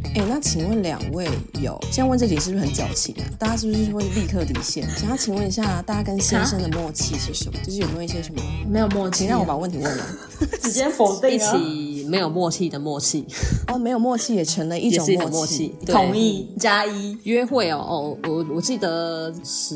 那请问两位现在问这题是不是很矫情啊？大家是不是会立刻离线？想要请问一下，大家跟先生的默契是什么？就是有没有一些什么？ 没有默契， 请让我把问题问完， 直接否定啊！ 一起没有默契的默契没有默契也成了一种默契， 同意加一。 约会我记得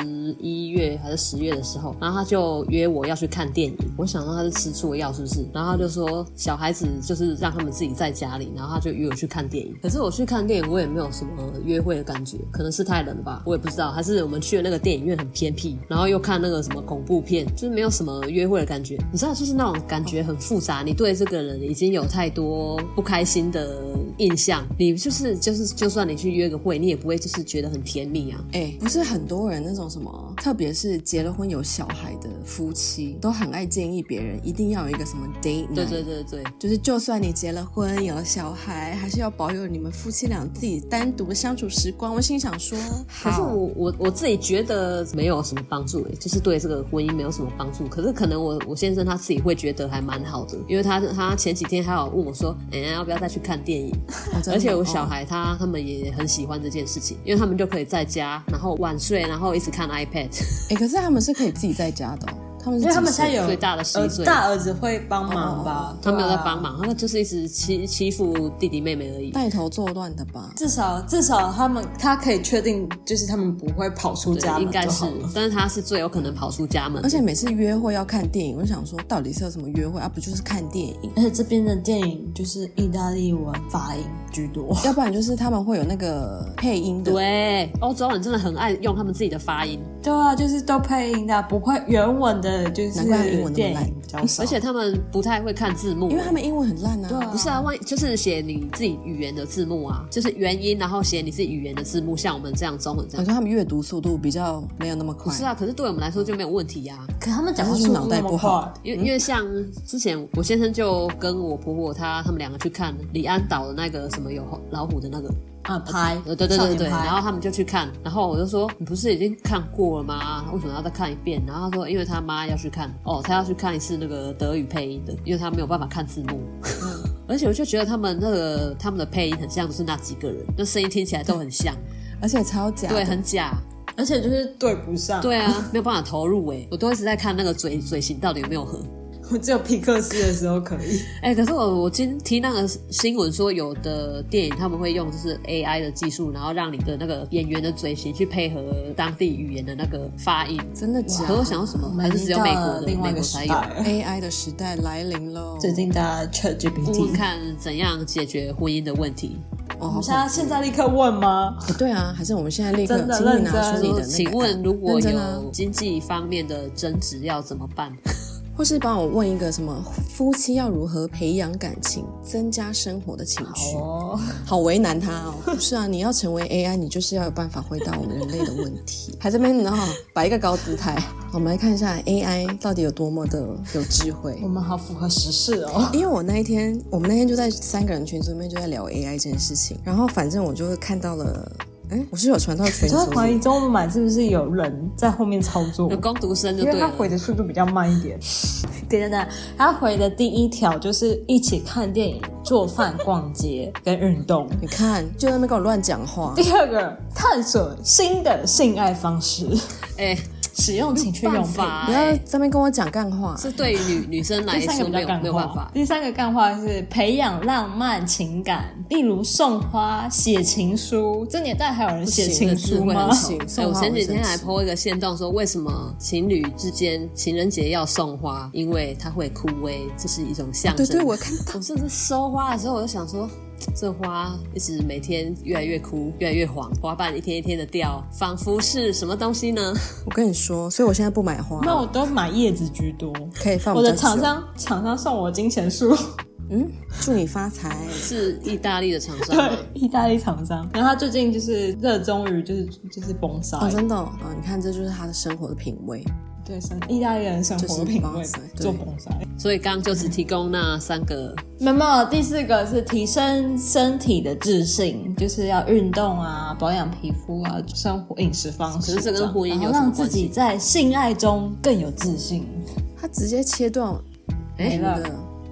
11月还是10月的时候，然后他就约我要去看电影，我想说他是吃错药是不是？然后他就说小孩子就是让他们自己在家里，然后他就约我去看电影。可是我去看电影，我也没有什么约会的感觉，可能是太冷了吧，我也不知道，还是我们去的那个电影院很偏僻，然后又看那个什么恐怖片，就是没有什么约会的感觉。你知道，就是那种感觉很复杂，你对这个人已经有太多不开心的印象，你就算你去约个会，你也不会就是觉得很甜蜜啊。 不是很多人那种什么，特别是结了婚有小孩的夫妻，都很爱建议别人一定要有一个什么 date night。 对， 就是就算你结了婚有了小孩，还是要保有你们夫妻俩自己单独的相处时光。我心想说， 可是我自己觉得没有什么帮助就是对这个婚姻没有什么帮助。可是可能我先生他自己会觉得还蛮好的，因为他前几天还有问我说，要不要再去看电影？而且我小孩他们也很喜欢这件事情，因为他们就可以在家，然后晚睡，然后一直看 iPad。 可是他们是可以自己在家的因为他们现在有最大的11岁， 大儿子会帮忙吧？ 他没有在帮忙，他就是一直欺负弟弟妹妹而已， 带头作乱的吧？ 至少他可以确定，就是他们不会跑出家门， 应该是，但是他是最有可能跑出家门。 而且每次约会要看电影，我就想说，到底是有什么约会不就是看电影？ 而且这边的电影就是意大利文发音居多， 要不然就是他们会有那个配音的。 对，欧洲人真的很爱用他们自己的发音。 对啊，就是都配音的，不会原文的，就是难怪英文那么烂， 比较少。 而且他们不太会看字幕， 因为他们英文很烂啊。 对啊， 不是啊，万一就是写你自己语言的字幕啊，就是原音，然后写你自己语言的字幕，像我们这样中文这样。 好像他们阅读速度比较没有那么快。 不是啊，可是对我们来说就没有问题啊。 可他们讲话速度脑袋不好， 因为像之前我先生就跟我婆婆他们两个去看李安导的那个什么有老虎的那个。 拍对，然后他们就去看，然后我就说你不是已经看过了吗？为什么要再看一遍？然后他说因为他妈要去看他要去看一次那个德语配音的，因为他没有办法看字幕。而且我就觉得他们的配音很像就是那几个人，那声音听起来都很像， 而且超假的， 对，很假， 而且就是对不上。 对啊，没有办法投入我都一直在看那个嘴型到底有没有合。 我只有皮克斯的时候可以。 可是我今天听那个新闻说，有的电影他们会用就是 AI 的技术，然后让你的那个演员的嘴型去配合当地语言的那个发音。 真的假的？ 可是我想要什么？还是只有美国的？ 另外一个才有 AI 的时代来临喽。 最近大家 ChatGPT 问看怎样解决婚姻的问题。 我们现在立刻问吗？ 对啊，还是我们现在立刻真的请你拿出你的那个。 请问如果有经济方面的争执要怎么办？ 或是帮我问一个什么夫妻要如何培养感情，增加生活的情绪。好为难他不是啊，你要成为 AI， 你就是要有办法回答我们人类的问题。还在那边摆一个高姿态。我们来看一下 AI 到底有多么的有智慧。 我们好符合时事因为我们那天就在3个人群组里面就在聊 AI 这件事情，然后反正我就看到了。我是有传到群组， 我在怀疑中文版是不是有人在后面操作， 有工读生就对了， 因为他回的速度比较慢一点。等，他回的第一条就是一起看电影、做饭、逛街跟运动。 你看，就在那边跟我乱讲话。 第二个，探索新的性爱方式。使用情趣用品， 不要在那边跟我讲干话。 是对于女生来说没有办法。 第三个干话是培养浪漫情感，例如送花、写情书。这年代还有人写情书吗？ 我前几天还 po 一个限动说，为什么情侣之间情人节要送花？因为它会枯萎，这是一种象征。 对，我看到。 我甚至收花的时候，我就想说。这花一直每天越来越枯，越来越黄，花瓣一天一天的掉，仿佛是什么东西呢？ 我跟你说，所以我现在不买花。 那我都买叶子居多， 可以放我的厂商送我金钱树。 祝你发财。 是意大利的厂商。 对，意大利厂商。然后他最近就是热衷于就是崩沙。 真的你看这就是他的生活的品味。 对，意大利人生活的品味，做崩沙。 所以刚刚就只提供那3个。 没有，第4个是提升身体的自信，就是要运动啊，保养皮肤啊，生活饮食方式。 可是这跟婚姻有什么关系？ 然后让自己在性爱中更有自信。 他直接切断没了。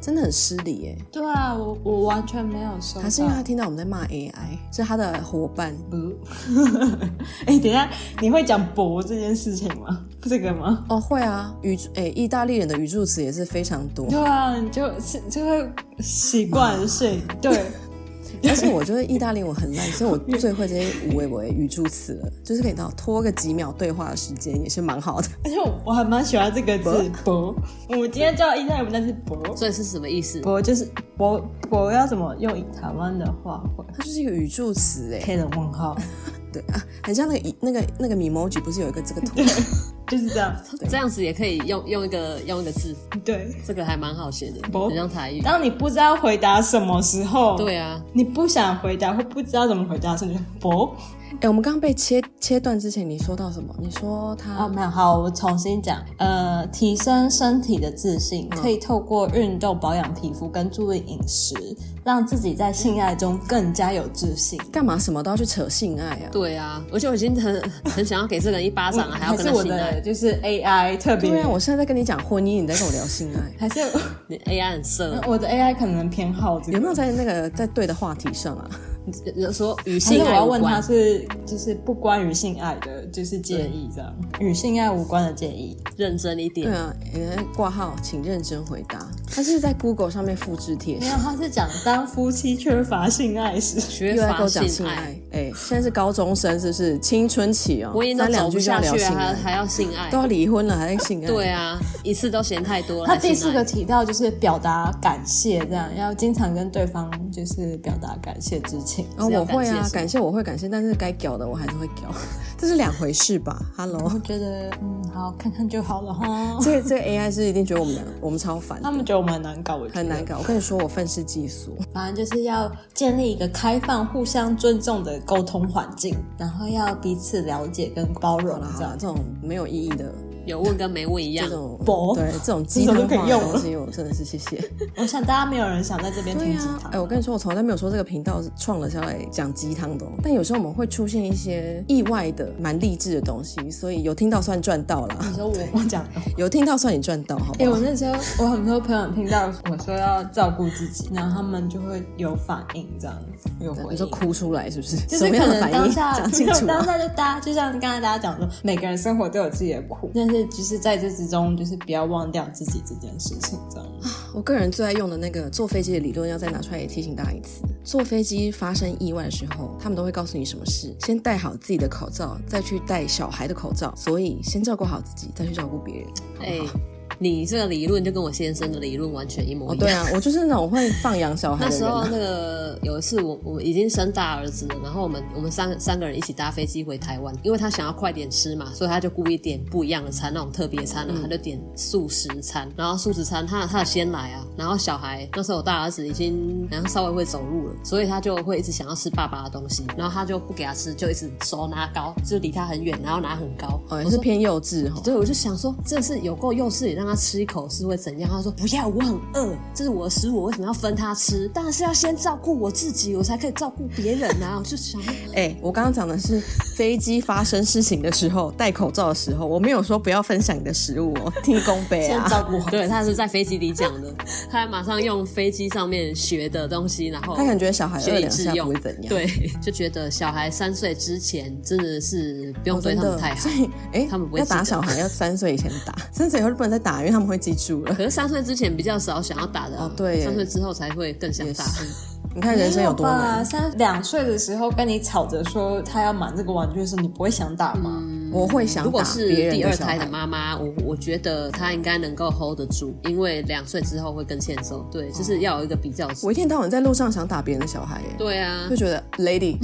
真的很失礼耶。 对啊，我完全没有收到。 还是因为他听到我们在骂 AI， 是他的伙伴。 等一下，你会讲博这件事情吗？这个吗？ 哦，会啊，意大利人的语助词也是非常多。 对啊，你就会习惯性对。 但是我觉得意大利文很烂，所以我最会这些无为语助词了，就是可以到拖个几秒对话的时间也是蛮好的。 而且我还蛮喜欢这个字博。我们今天叫意大利文，但是博， 所以是什么意思？ 博就是博要怎么用台湾的话会？ 它就是一个语助词黑人问号。 对啊，很像那个Memoji 不是有一个这个图？ 就是这样， 这样子也可以用一个字。 对， 这个还蛮好写的，很像台语。 当你不知道回答什么时候， 对啊， 你不想回答或不知道怎么回答的时候，就博。 我们刚刚被切断之前，你说到什么？你说他没有，好，我重新讲。提升身体的自信，可以透过运动保养皮肤跟注意饮食，让自己在性爱中更加有自信。 干嘛什么都要去扯性爱啊？ 对啊，而且我已经很想要给这个人一巴掌了，还要跟他性爱。 还是我的就是 AI 特别。 对啊，我现在在跟你讲婚姻，你在跟我聊性爱， 还是你 AI 很色？ 我的 AI 可能偏好这个。 有没有在对的话题上啊？ 说与性爱无关， 我要问他就是不关于性爱的，就是建议这样，与性爱无关的建议， 认真一点。 对啊，挂号，请认真回答。他是在 Google 上面复制贴， 没有，他是讲当夫妻缺乏性爱时， 缺乏性爱。 现在是高中生，是不是青春期哦？ 婚姻都走不下去了，还要性爱， 都要离婚了还在性爱？ 对啊，一次都嫌太多了。 他第4个提到就是表达感谢，这样要经常跟对方就是表达感谢之情。 我会啊，感谢我会感谢，但是该屌的我还是会屌，这是2回事吧 ？Hello， 我觉得好看看就好了哈。 这个 AI 是一定觉得我们超烦， 他们觉得我们很难搞， 很难搞。我跟你说，我愤世嫉俗。 反正就是要建立一个开放、互相尊重的沟通环境，然后要彼此了解跟包容。 这种没有意义的。 有问跟没问一样， 对这种鸡汤化的东西，我真的是谢谢。 我想大家没有人想在这边听鸡汤。 我跟你说，我从来没有说这个频道是创了下来讲鸡汤的，但有时候我们会出现一些意外的、蛮励志的东西，所以有听到算赚到啦。 你说我讲的， 有听到算你赚到，好不好？ 我那时候我很多朋友听到我说要照顾自己，然后他们就会有反应，这样有回应。 你说哭出来是不是？ 就是可能当下讲清楚。 当下就大家就像刚才大家讲说，每个人生活都有自己的苦，但是就是在这之中，就是不要忘掉自己这件事情，这样。 我个人最爱用的那个坐飞机的理论，要再拿出来也提醒大家一次。坐飞机发生意外的时候，他们都会告诉你什么事，先戴好自己的口罩，再去戴小孩的口罩，所以先照顾好自己，再去照顾别人。 你这个理论就跟我先生的理论完全一模一样。 对啊，我就是那种会放养小孩的人。 那时候那个有一次我已经生大儿子了，然后我们三个人一起搭飞机回台湾，因为他想要快点吃嘛，所以他就故意点不一样的餐，那种特别餐他就点素食餐，然后素食餐他先来啊，然后小孩那时候我大儿子已经好像稍微会走路了，所以他就会一直想要吃爸爸的东西，然后他就不给他吃，就一直手拿高，就离他很远，然后拿很高。 也是偏幼稚齁。 对，我就想说这是有够幼稚，让他吃一口是会怎样？他说不要，我很饿，这是我的食物，我为什么要分他吃？当然是要先照顾我自己，我才可以照顾别人啊！我就想， 我刚刚讲的是飞机发生事情的时候，戴口罩的时候，我没有说不要分享你的食物哦，听公杯啊， 先照顾好。 对，他是在飞机里讲的，他还马上用飞机上面学的东西，然后他感觉小孩2-2下不会怎样， 对，就觉得小孩3岁之前真的是不用对他们太好， 所以他们不会要打小孩要3岁以前打，3岁以后就不能再打，因为他们会记住了。 可是3岁之前比较少想要打的对，3岁之后才会更想打。 你看人生有多难。 2岁的时候跟你吵着说他要买这个玩具的时候，你不会想打吗？ 我会想打。 如果是第2胎的妈妈，我觉得她应该能够 hold 得住，因为2岁之后会更欠揍。对，就是要有一个比较值。 我一天到晚在路上想打别人的小孩耶。 对啊， 就觉得 lady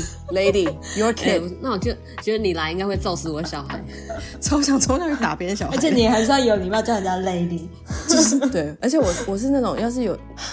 your kid， 那我就觉得你来应该会揍死我的小孩， 超想冲上去打别人小孩。 而且你还是要有礼貌叫人家 lady， 就是对，而且我是那种要是有。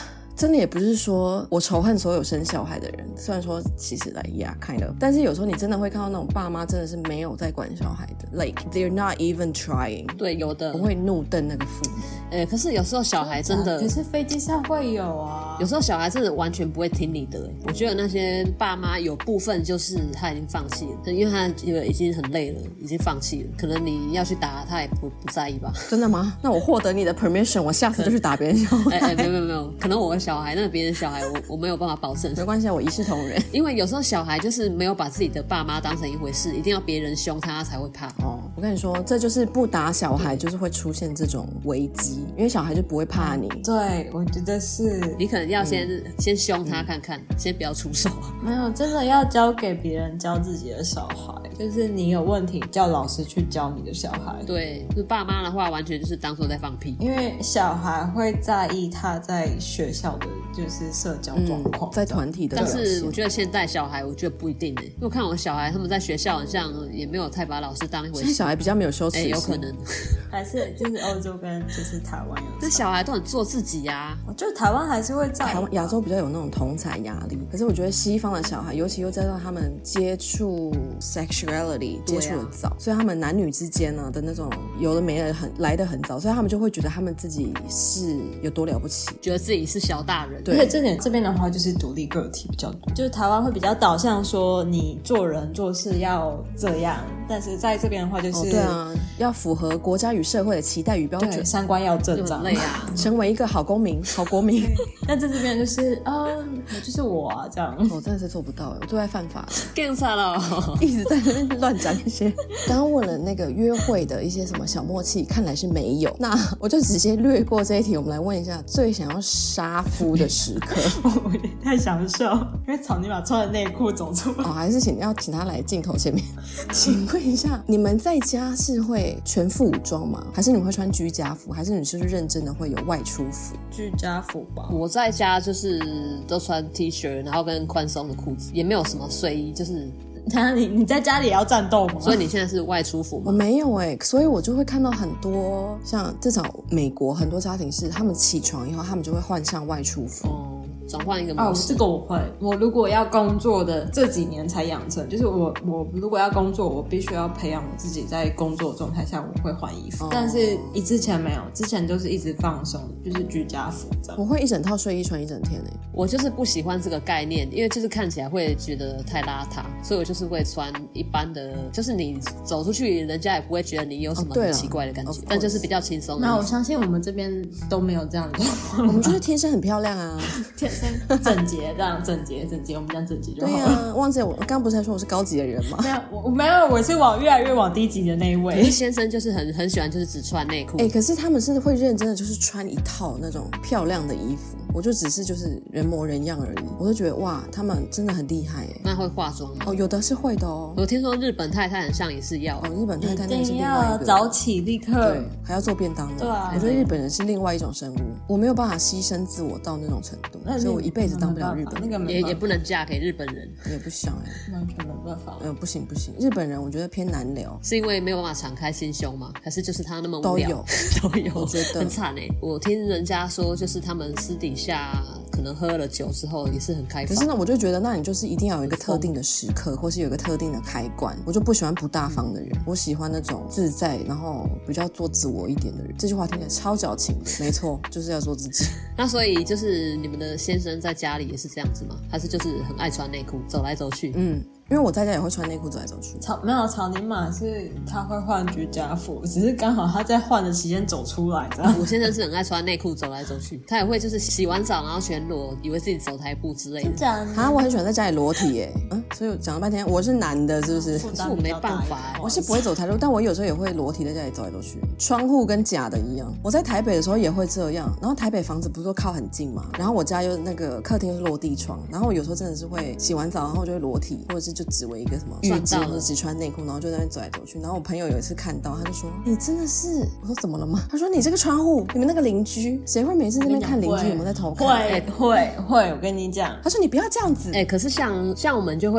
真的也不是说我仇恨所有生小孩的人，虽然说其实kind of， 但是有时候你真的会看到那种爸妈真的是没有在管小孩的 ，like they're not even trying。 对，有的我会怒瞪那个父母。 可是有时候小孩真的， 可是飞机上会有啊。 有时候小孩真的完全不会听你的。我觉得那些爸妈有部分就是他已经放弃了，因为他已经很累了，已经放弃了。可能你要去打他也不在意吧？ 真的吗？那我获得你的 permission， 我下次就去打别人小孩。 没有，可能我的小孩，那别人小孩我没有办法保证。 没关系，我一视同仁。 因为有时候小孩就是没有把自己的爸妈当成一回事，一定要别人凶他才会怕。 我跟你说，这就是不打小孩，就是会出现这种危机，因为小孩就不会怕你。 对，我觉得是。 你可能要先凶他看看，先不要出手。 没有，真的要教给别人教自己的小孩，就是你有问题叫老师去教你的小孩。 对，就爸妈的话完全就是当作在放屁， 因为小孩会在意他在学校的就是社交状况， 在团体的。 但是我觉得现在小孩我觉得不一定因为我看我小孩他们在学校好像也没有太把老师当一回事。 现在小孩比较没有羞耻心。 有可能还是就是欧洲跟就是台湾有。 那小孩都很做自己啊。 我觉得台湾还是会在台湾亚洲比较有那种同侪压力，可是我觉得西方的小孩，尤其又加上他们接触 sexuality 接触的早，所以他们男女之间呢的那种有的没的来得很早，所以他们就会觉得他们自己是有多了不起， 觉得自己是小大人。 对，这边的话就是独立个体比较多，就是台湾会比较导向说你做人做事要这样，但是在这边的话就是对啊，要符合国家与社会的期待与标准， 三观要正常， 累啊， 成为一个好公民、好国民。 但在这边就是就是我啊这样。 我真的是做不到，我都在犯法， 更惨了， 一直在那边乱讲一些。刚刚问了那个约会的一些什么小默契，看来是没有。那我就直接略过这一题，我们来问一下最想要杀夫的时刻。 我有点太享受，因为草泥马穿的内裤走出来。 还是请他来镜头前面。请问一下，你们在家是会全副武装吗？还是你们会穿居家服？还是你就是认真的会有外出服？ 居家服吧。 我在家就是都穿 T 恤，然后跟宽松的裤子，也没有什么睡衣，就是。 你在家里也要战斗吗？ 所以你现在是外出服吗？ 我没有所以我就会看到很多像至少美国很多家庭是他们起床以后他们就会换上外出服。 转换一个模式。 这个我会。我如果要工作的这几年才养成，就是我如果要工作，我必须要培养我自己在工作状态下我会换衣服。但是之前没有，之前都是一直放松，就是居家服这样。 我会一整套睡衣穿一整天我就是不喜欢这个概念，因为就是看起来会觉得太邋遢，所以我就是会穿一般的，就是你走出去人家也不会觉得你有什么很奇怪的感觉，但就是比较轻松。 那我相信我们这边都没有这样的状况。 我们就是天生很漂亮啊。 天生整洁，这样整洁，我们这样整洁就好了。 对啊，忘记我刚刚不是还说我是高级的人吗？ 没有，我是越来越往低级的那一位。 可是先生就是很喜欢就是只穿内裤。 可是他们是会认真的就是穿一套那种漂亮的衣服，我就只是就是人模人样而已。我就觉得哇，他们真的很厉害那会化妆吗？ 有的是会的我听说日本太太很像也是要日本太太那个是另外一个， 早起立刻， 对，还要做便当的。 对啊， 我觉得日本人是另外一种生物，我没有办法牺牲自我到那种程度，所以我一辈子当不了日本人。 那个也不能嫁给日本人， 也不想完全没办法。 不行，日本人我觉得偏难聊， 是因为没有办法敞开心胸吗？还是就是他那么无聊？都有， 我觉得很惨我听人家说，就是他们私底下可能喝了酒之后也是很开放。 可是呢，我就觉得那你就是一定要有一个特定的时刻，或是有一个特定的开关。我就不喜欢不大方的人，我喜欢那种自在，然后比较做自我一点的人。这句话听起来超矫情，没错，就是要做自己。 那所以就是你们的先生在家里也是这样子吗？还是就是很爱穿内裤走来走去？ 因为我在家也会穿内裤走来走去。 没有草泥马是他会换居家服，只是刚好他在换的期间走出来这样。 我先生是很爱穿内裤走来走去，他也会就是洗完澡然后全裸，以为自己走台步之类的。 我很喜欢在家里裸体所以我讲了半天我是男的是不是？ 可是我没办法我是不会走台路，但我有时候也会裸体在家里走来走去，窗户跟假的一样。我在台北的时候也会这样，然后台北房子不是都靠很近嘛，然后我家又那个客厅是落地窗，然后我有时候真的是会洗完澡然后我就会裸体，或者是就只围一个什么浴巾，或者只穿内裤，然后就在那边走来走去。然后我朋友有一次看到，他就说你真的是，我说怎么了吗？他说你这个窗户，你们那个邻居谁会每次在那边看邻居有没有在偷看？ 会，我跟你讲。 他说你不要这样子。 可是像我们就会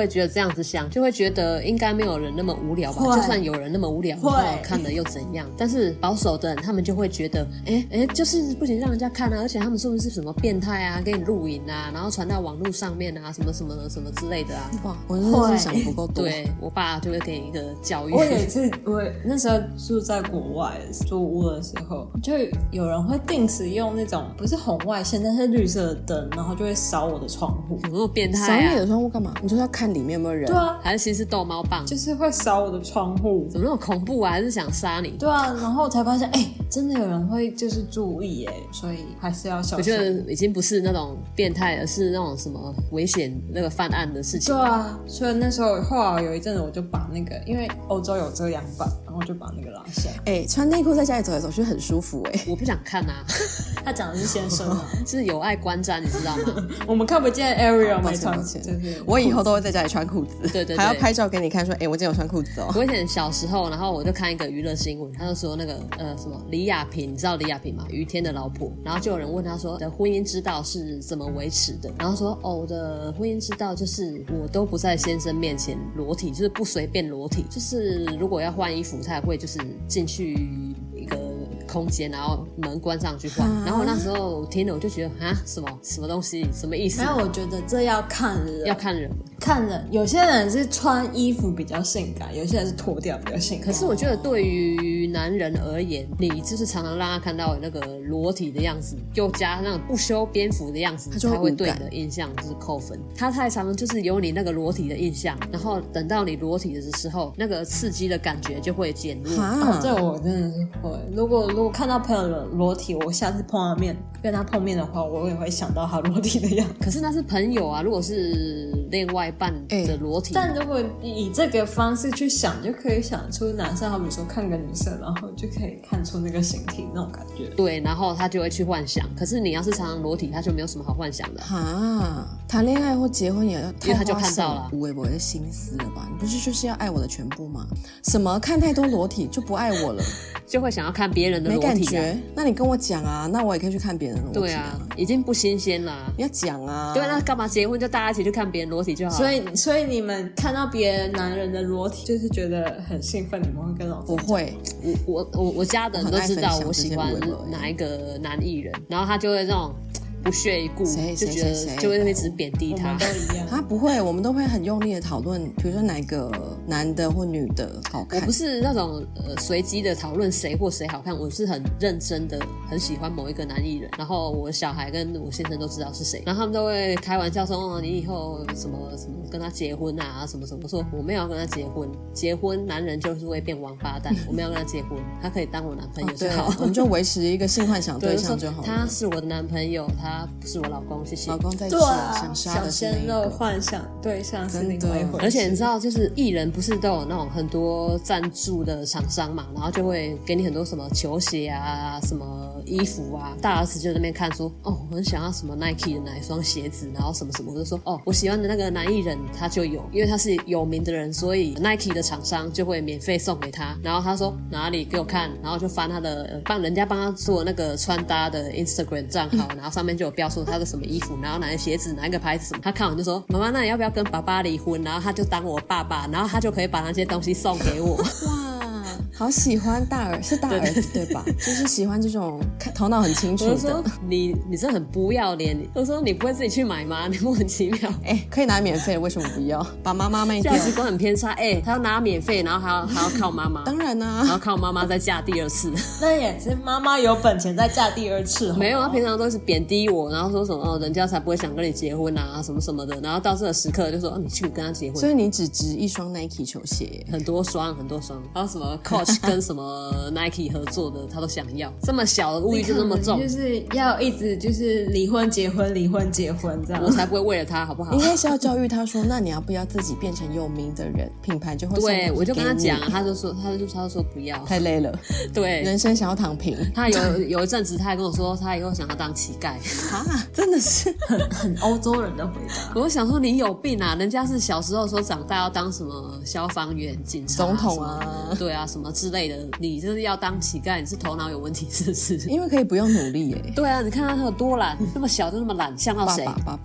会觉得这样子想，就会觉得应该没有人那么无聊吧，就算有人那么无聊，看了又怎样？但是保守的人他们就会觉得就是不仅让人家看啊，而且他们说的是什么变态啊，给你录影啊，然后传到网络上面啊，什么什么什么之类的啊。 哇，我真的是想不够多。 对，我爸就会给你一个教育。 我有一次，我那时候住在国外租屋的时候，就有人会定时用那种不是红外线，但是绿色的灯，然后就会扫我的窗户。 有那么变态扫你的窗户干嘛？你就是要看里面有没有人？ 对啊， 还是其实是逗猫棒？ 就是会扫我的窗户。 怎么那么恐怖啊？还是想杀你？ 对啊，然后我才发现，真的有人会就是注意所以还是要小心。 我觉得已经不是那种变态，而是那种什么危险那个犯案的事情。 对啊，所以那时候后来有一阵子我就把那个，因为欧洲有遮阳板，然后就把那个拉下。 穿内裤在家里走来走去很舒服我不想看啊。 他讲的是先生啊， 是有碍观瞻，你知道吗？ 我们看不见 Ariel 没穿， 我以后都会在家里穿裤子， 对， 还要拍照给你看，说我今天有穿裤子哦。 我以前小时候，然后我就看一个娱乐新闻，他就说那个什么李亚平，你知道李亚平吗？于天的老婆，然后就有人问他说，你的婚姻之道是怎么维持的？然后说我的婚姻之道就是我都不在先生面前裸体，就是不随便裸体，就是如果要换衣服，他也会就是进去一个空间，然后门关上去换。然后我那时候听了，我就觉得什么东西，什么意思？ 没有，我觉得这要看人，看人。有些人是穿衣服比较性感，有些人是脱掉比较性感。 可是我觉得对于男人而言，你就是常常让他看到那个裸体的样子，又加那种不修边幅的样子，他会对你的印象就是扣分。他太常就是有你那个裸体的印象，然后等到你裸体的时候，那个刺激的感觉就会减弱。 这我真的是会。如果看到朋友的裸体，我下次跟他碰面的话，我也会想到他裸体的样子。 可是那是朋友啊，如果是另外一半的裸体， 但如果以这个方式去想，就可以想出男生，好比说看个女生，然后就可以看出那个形体那种感觉。 对，然后他就会去幻想。可是你要是常常裸体，他就没有什么好幻想的。 谈恋爱或结婚也要因为他就看到了无微不微的心思了吧？你不是就是要爱我的全部吗？什么看太多裸体就不爱我了？ 就会想要看别人的裸体， 没感觉？那你跟我讲啊，那我也可以去看别人的裸体。 对啊，已经不新鲜了。 你要讲啊。 对，那干嘛结婚就大家一起去看别人裸体就好了。 所以你们看到别人男人的裸体，就是觉得很兴奋，你们会跟老公讲？ 不会， 我家的人都知道我喜欢哪一个男艺人，然后他就会那种不屑一顾，就觉得就会一直贬低他。 我们都一样。 不会，我们都会很用力的讨论，比如说哪个男的或女的好看。 我不是那种随机的讨论谁或谁好看，我是很认真的，很喜欢某一个男艺人，然后我小孩跟我先生都知道是谁，然后他们都会开玩笑说你以后什么跟他结婚啊什么什么，说我没有要跟他结婚男人就是会变王八蛋，我没有要跟他结婚，他可以当我男朋友就好。 我们就维持一个性幻想对象就好了。 他是我的男朋友，他不是我老公，谢谢。 老公在吃，想杀的是小鲜肉幻想对象是另外一回事。 而且你知道，就是艺人不是都有那种很多赞助的厂商嘛，然后就会给你很多什么球鞋啊、什么衣服啊。大儿子就在那边看说，我很想要什么 Nike 的哪一双鞋子，然后什么什么，我就说我喜欢的那个男艺人他就有，因为他是有名的人，所以 Nike 的厂商就会免费送给他。然后他说哪里给我看，然后就翻他的人家帮他做那个穿搭的 Instagram 账号，然后上面就有标说他的什么衣服，然后哪个鞋子哪一个牌子什么。他看完就说妈妈，那你要不要跟爸爸离婚？然后他就当我爸爸，然后他就可以把那些东西送给我。 哇，好喜欢大儿子对吧？就是喜欢这种头脑很清楚的。 我说你真的很不要脸。我说你不会自己去买吗？你莫名其妙。 可以拿免费，为什么不要？把妈妈卖掉。 价值观很偏差。他要拿免费，然后还要靠妈妈。 当然啊， 然后靠妈妈再嫁第二次。 那也是妈妈有本钱再嫁第二次。 没有，他平常都是贬低我，然后说什么人家才不会想跟你结婚啊什么什么的，然后到这个时刻就说你去跟他结婚。 所以你只值一双 Nike 球鞋， 很多双，还有什么 Coach 跟什么 Nike 合作的，他都想要。这么小的物欲就那么重， 就是要一直就是离婚结婚这样， 我才不会为了他好不好？ 应该是要教育他说，那你要不要自己变成有名的人，品牌就会送对，我就跟他讲，他就说不要， 太累了， 对， 人生想要躺平。 他有一阵子他还跟我说，他以后想要当乞丐真的是很欧洲人的回答。 我想说你有病啊！人家是小时候说长大要当什么消防员、警察、 总统啊， 对啊，什么之类的。你就是要当乞丐，你是头脑有问题是不是？ 因为可以不用努力耶。 对啊，你看他有多懒，那么小就那么懒，像到谁？ 爸爸。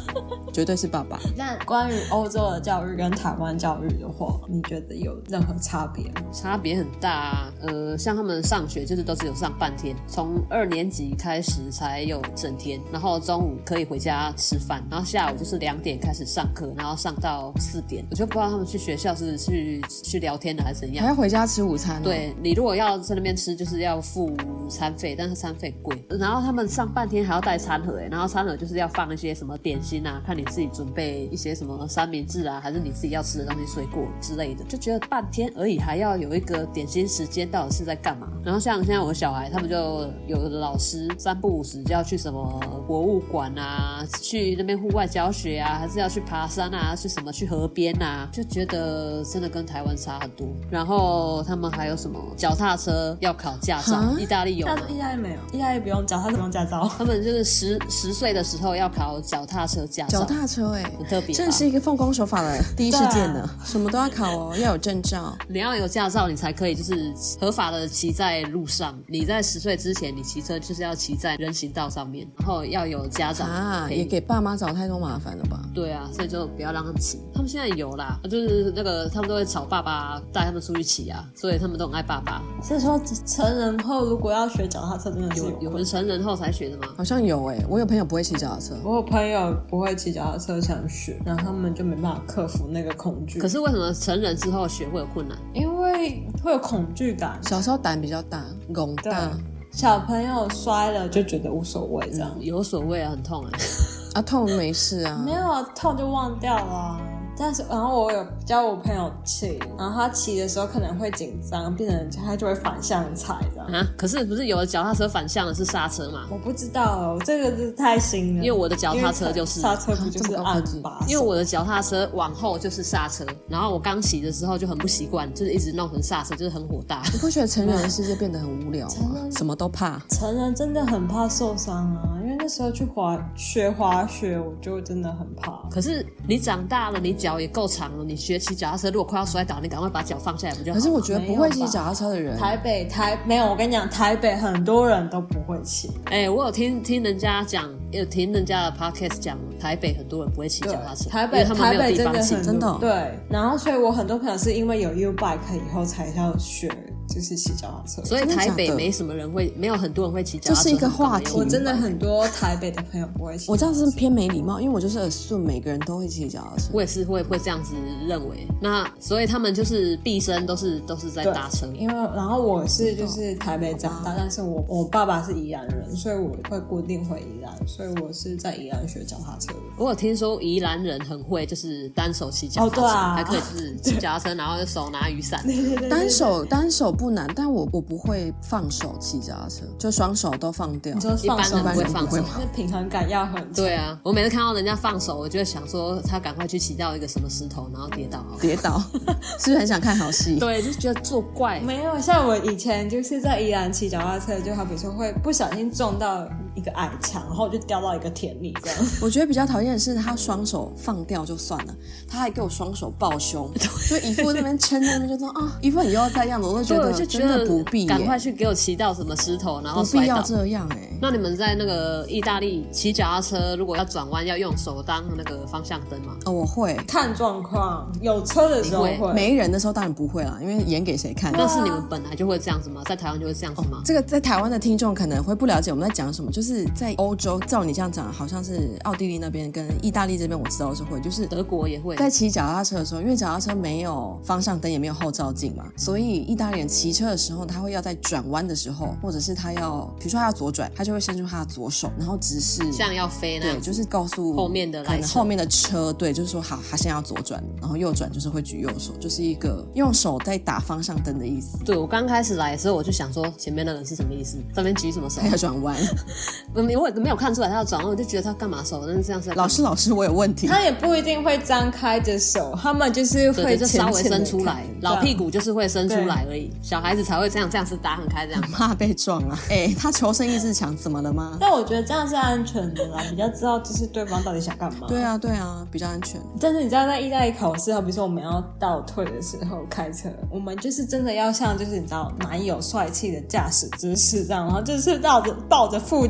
绝对是爸爸。 那关于欧洲的教育跟台湾教育的话，你觉得有任何差别吗？ 差别很大啊。像他们上学就是都只有上半天，从2年级开始才有整天，然后中午可以回家吃饭，然后下午就是2点开始上课，然后上到4点。我就不知道他们去学校是去聊天的还是怎样， 还要回家吃午餐。 对，你如果要在那边吃就是要付餐费，但是餐费贵，然后他们上半天还要带餐盒，然后餐盒就是要放一些什么点心啊，看你自己准备一些什么三明治啊，还是你自己要吃的东西，水果之类的，就觉得半天而已还要有一个点心时间，到底是在干嘛？然后像现在我小孩他们就有的老师3不5时就要去什么博物馆啊，去那边户外教学啊，还是要去爬山啊，去河边啊，就觉得真的跟台湾差很多。然后他们还有什么脚踏车要考驾照，意大利有吗？ 意大利没有，意大利不用脚踏车不用驾照。 他们就是10岁的时候要考脚踏车驾照。 脚踏车很特别吧， 这是一个奉公守法的第一事件呢。什么都要考哦，要有证照。 你要有驾照，你才可以就是合法的骑在路上。你在10岁之前，你骑车就是要骑在人行道上面，然后要有家长也给爸妈找太多麻烦了吧？ 对啊，所以就不要让他们骑。他们现在有啦，就是那个他们都会吵爸爸带他们出去骑啊，所以他们都很爱爸爸。 是说成人后如果要学脚踏车，真的是有人成人后才学的吗？ 好像有我有朋友不会骑脚踏车， 我有朋友不会骑脚踏车想学，然后他们就没办法克服那个恐惧。 可是为什么成人之后学会有困难？ 因为会有恐惧感， 小时候胆比较大，拱大。 小朋友摔了就觉得无所谓，这样有所谓啊，很痛啊，痛没事啊， 没有啊，痛就忘掉了啊。但是，然后我有教我朋友骑，然后他骑的时候可能会紧张，变成他就会反向踩这样。 啊，可是不是有的脚踏车反向的是刹车吗？ 我不知道哦，这个是太新了。 因为我的脚踏车就是刹车不就是按把手？ 因为我的脚踏车往后就是刹车，然后我刚骑的时候就很不习惯，就是一直弄成刹车，就是很火大。 你不觉得成人的世界变得很无聊吗？什么都怕。 成人真的很怕受伤啊，因为那时候去学滑雪，我就真的很怕。 可是你长大了，你脚也够长了。你学骑脚踏车，如果快要摔倒，你赶快把脚放下来不就好？ 可是我觉得不会骑脚踏车的人， 没有，我跟你讲，台北很多人都不会骑。 我有听人家讲，有听人家的 podcast 讲，台北很多人不会骑脚踏车， 台北他们没有地方骑， 真的。 对，然后所以我很多朋友是因为有 U-Bike 以后才要学，就是骑脚踏车。 所以台北没什么人会，没有很多人会骑脚踏车， 这是一个话题。 我真的很多台北的朋友不会骑。 我这样是偏没礼貌，因为我就是assume每个人都会骑脚踏车。 我也是会这样子认为。那所以他们就是毕生都是在搭车。 因为然后我是就是台北长大，但是我爸爸是宜兰人，所以我会固定回宜兰，所以我是在宜兰学脚踏车的。 我有听说宜兰人很会，就是单手骑脚踏车，还可以就是骑脚踏车，然后手拿雨伞。 单手不难，但我不会放手骑脚踏车，就双手都放掉。 你说一般人不会放手， 那平衡感要很强。 对啊，我每次看到人家放手，我就会想说他赶快去骑到一个什么石头，然后跌倒， 是不是很想看好戏？ 对，就觉得作怪。 没有，像我以前就是在宜兰骑脚踏车，就好比说会不小心撞到一个矮墙，然后就掉到一个田里这样。 我觉得比较讨厌的是他双手放掉就算了，他还给我双手抱胸，就一副那边撑在那边就说啊，一副你又要这样子，我都觉得真的不必赶快去给我骑到什么石头，然后摔倒。 不必要这样那你们在那个意大利骑脚踏车，如果要转弯，要用手当那个方向灯吗？ 我会看状况，有车的时候会， 没人的时候当然不会啦，因为演给谁看？ 但是你们本来就会这样子吗？在台湾就会这样子吗？ 这个在台湾的听众可能会不了解我们在讲什么，就是在欧洲，照你这样讲，好像是奥地利那边跟意大利这边我知道是会，就是德国也会。 在骑脚踏车的时候，因为脚踏车没有方向灯也没有后照镜嘛，所以意大利人骑车的时候，他会要在转弯的时候，或者是他要，比如说他要左转，他就会伸出他的左手，然后直视， 像要飞那样， 对，就是告诉后面的来车， 后面的车，对，就是说好，他现在要左转，然后右转就是会举右手，就是一个用手在打方向灯的意思。 对，我刚开始来的时候，我就想说前面那人是什么意思，这边举什么手？ 他要转弯， 我也没有看出来他要转弯，我就觉得他干嘛手，但是这样是老师，我有问题。 他也不一定会张开着手，他们就是会就稍微伸出来，老屁股就是会伸出来而已。小孩子才会这样子打很开这样。 怕被撞啊！他求生意志强，怎么了吗？ 但我觉得这样是安全的啦，比较知道就是对方到底想干嘛。 对啊，比较安全。 但是你知道在意大利考试，好比说我们要倒退的时候开车，我们就是真的要像就是你知道男友帅气的驾驶姿势这样，然后就是抱着副驾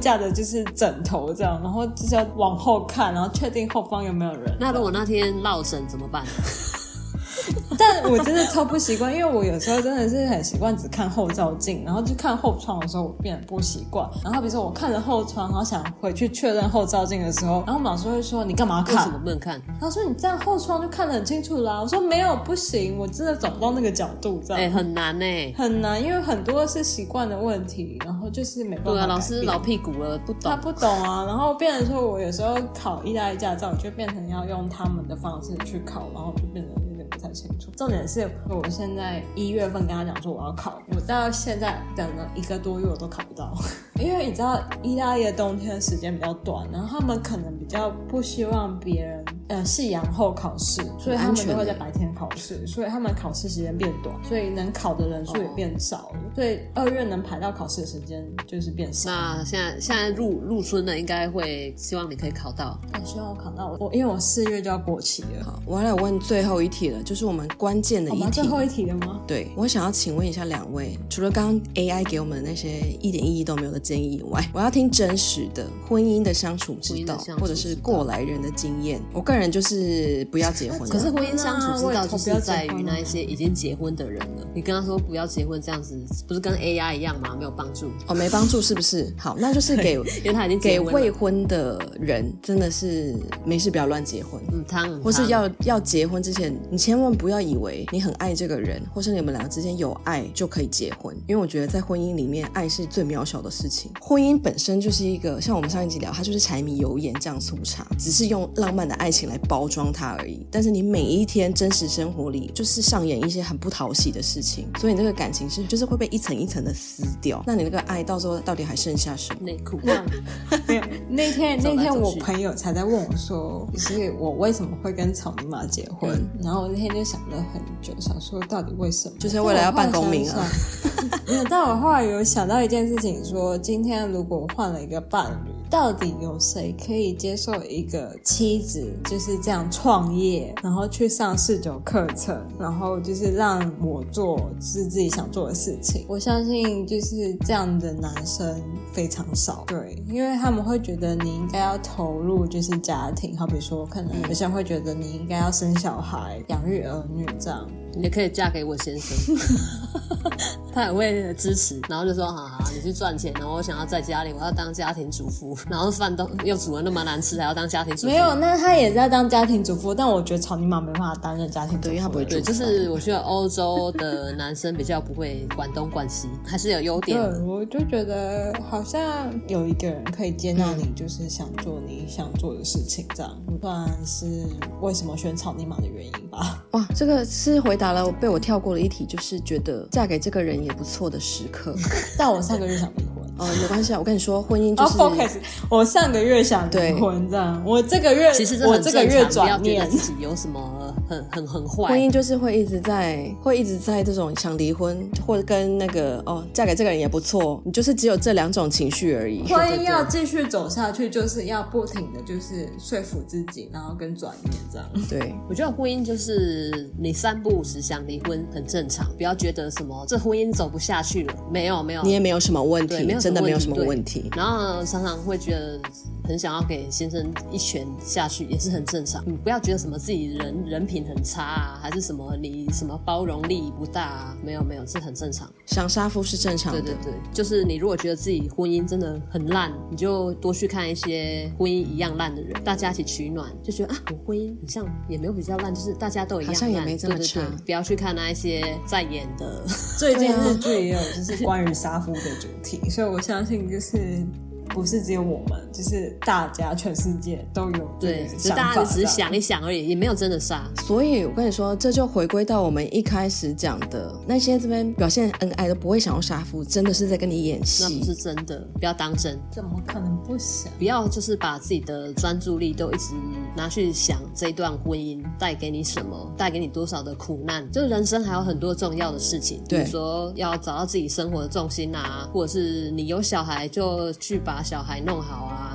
架的就是枕头这样，然后就是要往后看，然后确定后方有没有人。 那如果那天落枕怎么办？ 但我真的超不习惯，因为我有时候真的是很习惯只看后照镜，然后就看后窗的时候我变得不习惯。然后比如说我看着后窗，然后想回去确认后照镜的时候，然后我们老师会说你干嘛看？ 为什么不能看？ 他说你这样后窗就看得很清楚啦。我说没有，不行，我真的找不到那个角度这样。 很难很难，因为很多是习惯的问题，然后就是没办法。 对啊，老师老屁股了，不懂。 他不懂啊，然后变成说我有时候考意大利驾照，就变成要用他们的方式去考，然后就变成有点不太清楚。重点是我现在1月份跟他讲说我要考，我到现在等了1个多月我都考不到，因为你知道意大利的冬天时间比较短，然后他们可能比较不希望别人夕阳后考试，所以他们都会在白天考试，所以他们考试时间变短，所以能考的人数也变少了，所以2月能排到考试的时间就是变少。 那现在入春了，应该会希望你可以考到。 希望我考到因为我4月就要过期了。 好，我要来问最后一题了，就是我们关键的一题。 最后一题了吗？ 对，我想要请问一下2位，除了刚刚 AI 给我们的那些一点意义都没有的建议以外，我要听真实的婚姻的相处之道，或者是过来人的经验。我个人就是不要结婚。 可是婚姻相处之道就是在于那一些已经结婚的人了。你跟他说不要结婚，这样子不是跟 AI 一样吗？没有帮助。 没帮助是不是？好，那就是给因为他已经结婚了， 给未婚的人真的是没事不要乱结婚。或是要结婚之前，你千万不要以为你很爱这个人，或是你们两个之间有爱就可以结婚，因为我觉得在婚姻里面，爱是最渺小的事情。婚姻本身就是一个像我们上一集聊，它就是柴米油盐酱醋茶，只是用浪漫的爱情来包装它而已。但是你每一天真实生活里就是上演一些很不讨喜的事情，所以你这个感情就是会被一层一层的撕掉。那你那个爱到时候到底还剩下什么？ 内裤。 没有，那天我朋友才在问我说，就是我为什么会跟草泥马结婚？然后我那天就想了很久，想说到底为什么？ 就是为了要办公民啊。 没有，但我后来有想到一件事情说，今天如果换了一个伴侣，到底有谁可以接受一个妻子就是这样创业，然后去上4九课程，然后就是让我做是自己想做的事情？我相信就是这样的男生非常少，对，因为他们会觉得你应该要投入就是家庭，好比说可能有些人会觉得你应该要生小孩、养育儿女这样。 你也可以嫁给我先生他也会支持，然后就说好，你去赚钱，然后我想要在家里，我要当家庭主妇，然后饭都又煮得那么难吃，还要当家庭主妇。 没有，那他也在当家庭主妇，但我觉得草泥马没办法担任家庭主妇， 对，因为他不会煮饭。 对，就是我觉得欧洲的男生比较不会管东管西，还是有优点的。 对，我就觉得好像有一个人可以接纳你，就是想做你想做的事情，这样算是为什么选草泥马的原因吧。 哇，这个是回答了被我跳过的一题，就是觉得嫁给这个人也不错的时刻。 但我上个月想离婚。 没关系啊，我跟你说，婚姻就是。 focus， 我上个月想离婚，这样，我这个月其实我这个月转念，不要觉得自己有什么很坏。 婚姻就是会一直在这种想离婚，或者跟那个嫁给这个人也不错，你就是只有这2种情绪而已。 婚姻要继续走下去，就是要不停的就是说服自己，然后跟转念这样。 对， 我觉得婚姻就是你3不5时想离婚很正常，不要觉得什么这婚姻走不下去了，没有， 你也没有什么问题，真的没有什么问题。 然后常常会觉得很想要给先生一拳下去，也是很正常。你不要觉得什么自己人品很差啊，还是什么你什么包容力不大啊，没有，这很正常。 想杀夫是正常的。 对，就是你如果觉得自己婚姻真的很烂，你就多去看一些婚姻一样烂的人，大家一起取暖，就觉得我婚姻好像也没有比较烂，就是大家都一样烂， 好像也没这么差。 对，不要去看那一些在演的。 最近日剧也有就是关于杀夫的主题，所以我相信就是不是只有我们，就是大家全世界都有这个想法， 大家只是想一想而已，也没有真的杀。 所以我跟你说，这就回归到我们一开始讲的，那些这边表现恩爱都不会想要杀夫，真的是在跟你演戏， 那不是真的，不要当真。 怎么可能不想？ 不要就是把自己的专注力都一直拿去想这段婚姻带给你什么，带给你多少的苦难，就是人生还有很多重要的事情，比如说要找到自己生活的重心啊，或者是你有小孩就去把小孩弄好啊，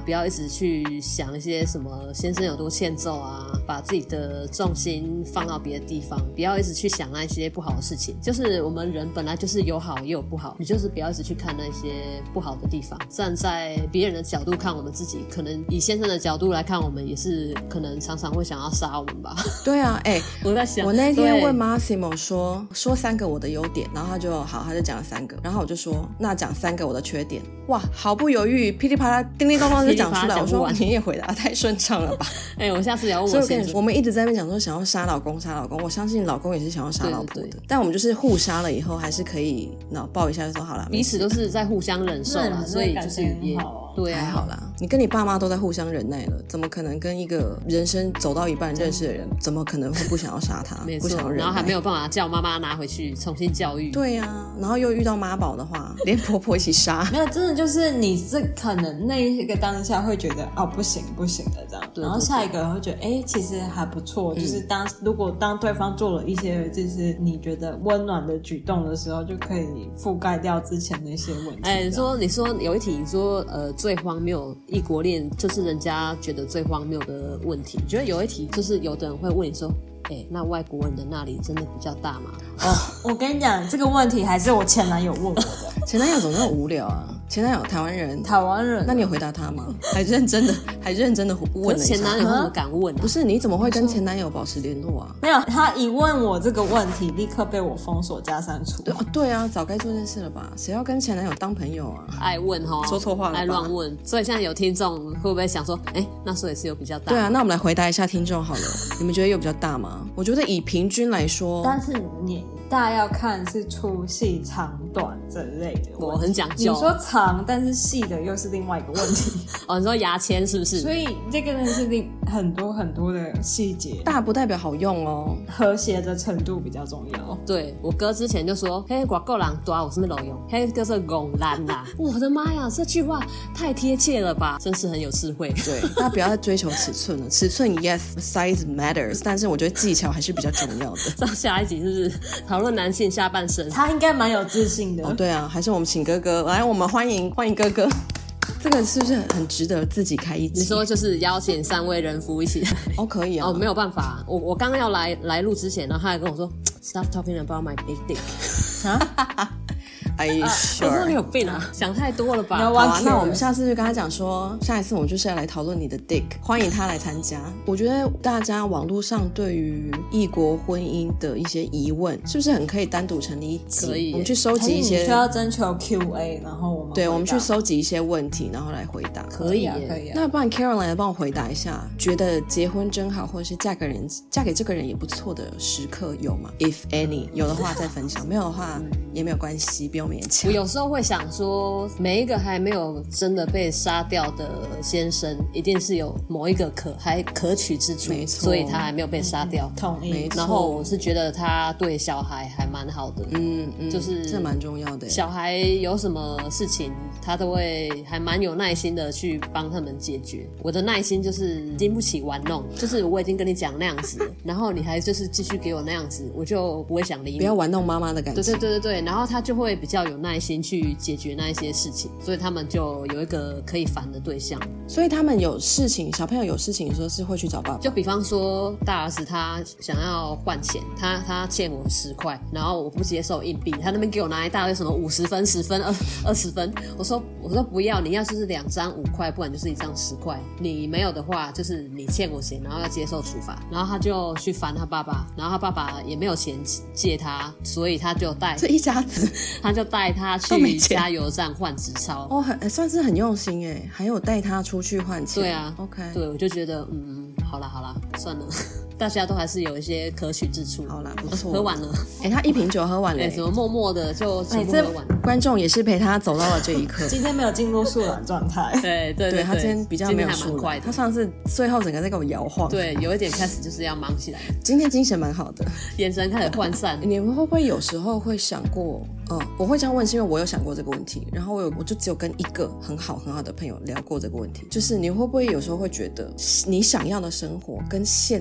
不要一直去想一些什么先生有多欠揍啊，把自己的重心放到别的地方，不要一直去想那些不好的事情。就是我们人本来就是有好也有不好，你就是不要一直去看那些不好的地方。站在别人的角度看我们自己，可能以先生的角度来看我们，也是可能常常会想要杀我们吧。 对啊， 我在想， 我那天问 Massimo 说3个我的优点，然后他就讲了3个，然后我就说那讲3个我的缺点。哇，毫不犹豫噼里啪啦叮叮咚咚就讲出来。我说你也回答太顺畅了吧。 我下次也要问所以我跟你说，我们一直在那边讲说想要杀老公，我相信老公也是想要杀老婆的。对，但我们就是互杀了以后还是可以脑爆一下就说好了， 彼此都是在互相忍受啦，所以就是也对啊， 还好啦。你跟你爸妈都在互相忍耐了，怎么可能跟一个人生走到一半认识的人，怎么可能会不想要杀他？不想要忍耐， 然后还没有办法叫妈妈拿回去重新教育。 对啊，然后又遇到妈宝的话，连婆婆一起杀。 没有，真的就是你这可能那一个当下会觉得哦不行的这样，然后下一个人会觉得其实还不错，就是如果当对方做了一些就是你觉得温暖的举动的时候，就可以覆盖掉之前那些问题。 你说有一题你说最荒谬异国恋，就是人家觉得最荒谬的问题。你觉得有一题就是有的人会问你说那外国人的那里真的比较大吗？ 我跟你讲这个问题还是我前男友问我的。 前男友怎么那么无聊啊？前男友台湾人，那你有回答他吗？还认真的问了一下。 前男友怎么敢问啊？ 不是，你怎么会跟前男友保持联络啊？ 没有，他一问我这个问题立刻被我封锁加删除。 对啊，早该做这件事了吧？谁要跟前男友当朋友啊？ 爱问说错话了吧？ 爱乱问。所以现在有听众会不会想说那时候也是有比较大？ 对啊，那我们来回答一下听众好了。你们觉得有比较大吗？我觉得以平均来说， 但是你大要看是粗细长短这类的。 我很讲究。 你说长但是细的又是另外一个问题。 你说牙签是不是？ 所以这个真的是很多的细节。 大不代表好用哦， 和谐的程度比较重要。 对，我哥之前就说外国人大有什么路用，就是戆烂啦。我的妈呀，这句话太贴切了吧，真是很有智慧。 对，大家不要再追求尺寸了，尺寸 yes size matters， 但是我觉得技巧还是比较重要的。 上下一集是不是讨论男性下半身？ 他应该蛮有自信的。 对啊，还是我们请哥哥来，我们欢迎哥哥。这个是不是很值得自己开一集？ 你说就是邀请3位人夫一起来？ 可以啊。 没有办法，我刚刚要来录之前，然后他还跟我说 Stop talking about my big dick 啊。 Are you sure？ 我说你有病啊，想太多了吧。 好啊，那我们下次就跟他讲说，下一次我们就是要来讨论你的 dick， 欢迎他来参加。我觉得大家网络上对于异国婚姻的一些疑问，是不是很可以单独成立一集？ 可以， 我们去收集一些， 你需要征求 QA， 然后我们去收集一些问题，然后来回答。 可以啊。 那不然 Caroline 来帮我回答一下，觉得结婚真好，或者是嫁给这个人也不错的时刻有吗 ？If any， 有的话再分享，没有的话也没有关系，不用勉强。 我有时候会想说，每一个还没有真的被杀掉的先生，一定是有某一个还可取之处，所以他还没有被杀掉。 同意。 然后我是觉得他对小孩还蛮好的，就是这蛮重要的。 小孩有什么事情，他都会还蛮有耐心的去帮他们解决。我的耐心就是经不起玩弄，就是我已经跟你讲那样子了，然后你还就是继续给我那样子，我就不会想理你。 不要玩弄妈妈的感觉。 对，然后他就会比较有耐心去解决那一些事情，所以他们就有一个可以烦的对象。 所以他们有事情，小朋友有事情的时候是会去找爸爸。 就比方说大儿子他想要换钱，他欠我10块，然后我不接受硬币，他那边给我拿一大堆什么50分、10分、20分，我说不要，你要就是2张5块，不然就是1张10块，你没有的话就是你欠我钱，然后要接受处罚。然后他就去烦他爸爸，然后他爸爸也没有钱借他，所以他就带这一家子， 他就带他去加油站换纸钞。 算是很用心耶，还有带他出去换钱。 对啊 ，OK， 对，我就觉得好啦，算了。大家都还是有一些可取之处。 好啦，不错。 喝完了， 他1瓶酒喝完了， 怎么默默的就全部喝完？ 观众也是陪他走到了这一刻。 今天没有进入速懒状态。 对， 他今天比较没有速懒， 他上次最后整个在给我摇晃。 对，有一点开始就是要忙起来。 今天精神蛮好的， 眼神开始涣散。 你们会不会有时候会想过？我会这样问，是因为我有想过这个问题，然后我就只有跟一个很好的朋友聊过这个问题，就是你会不会有时候会觉得你想要的生活跟现在这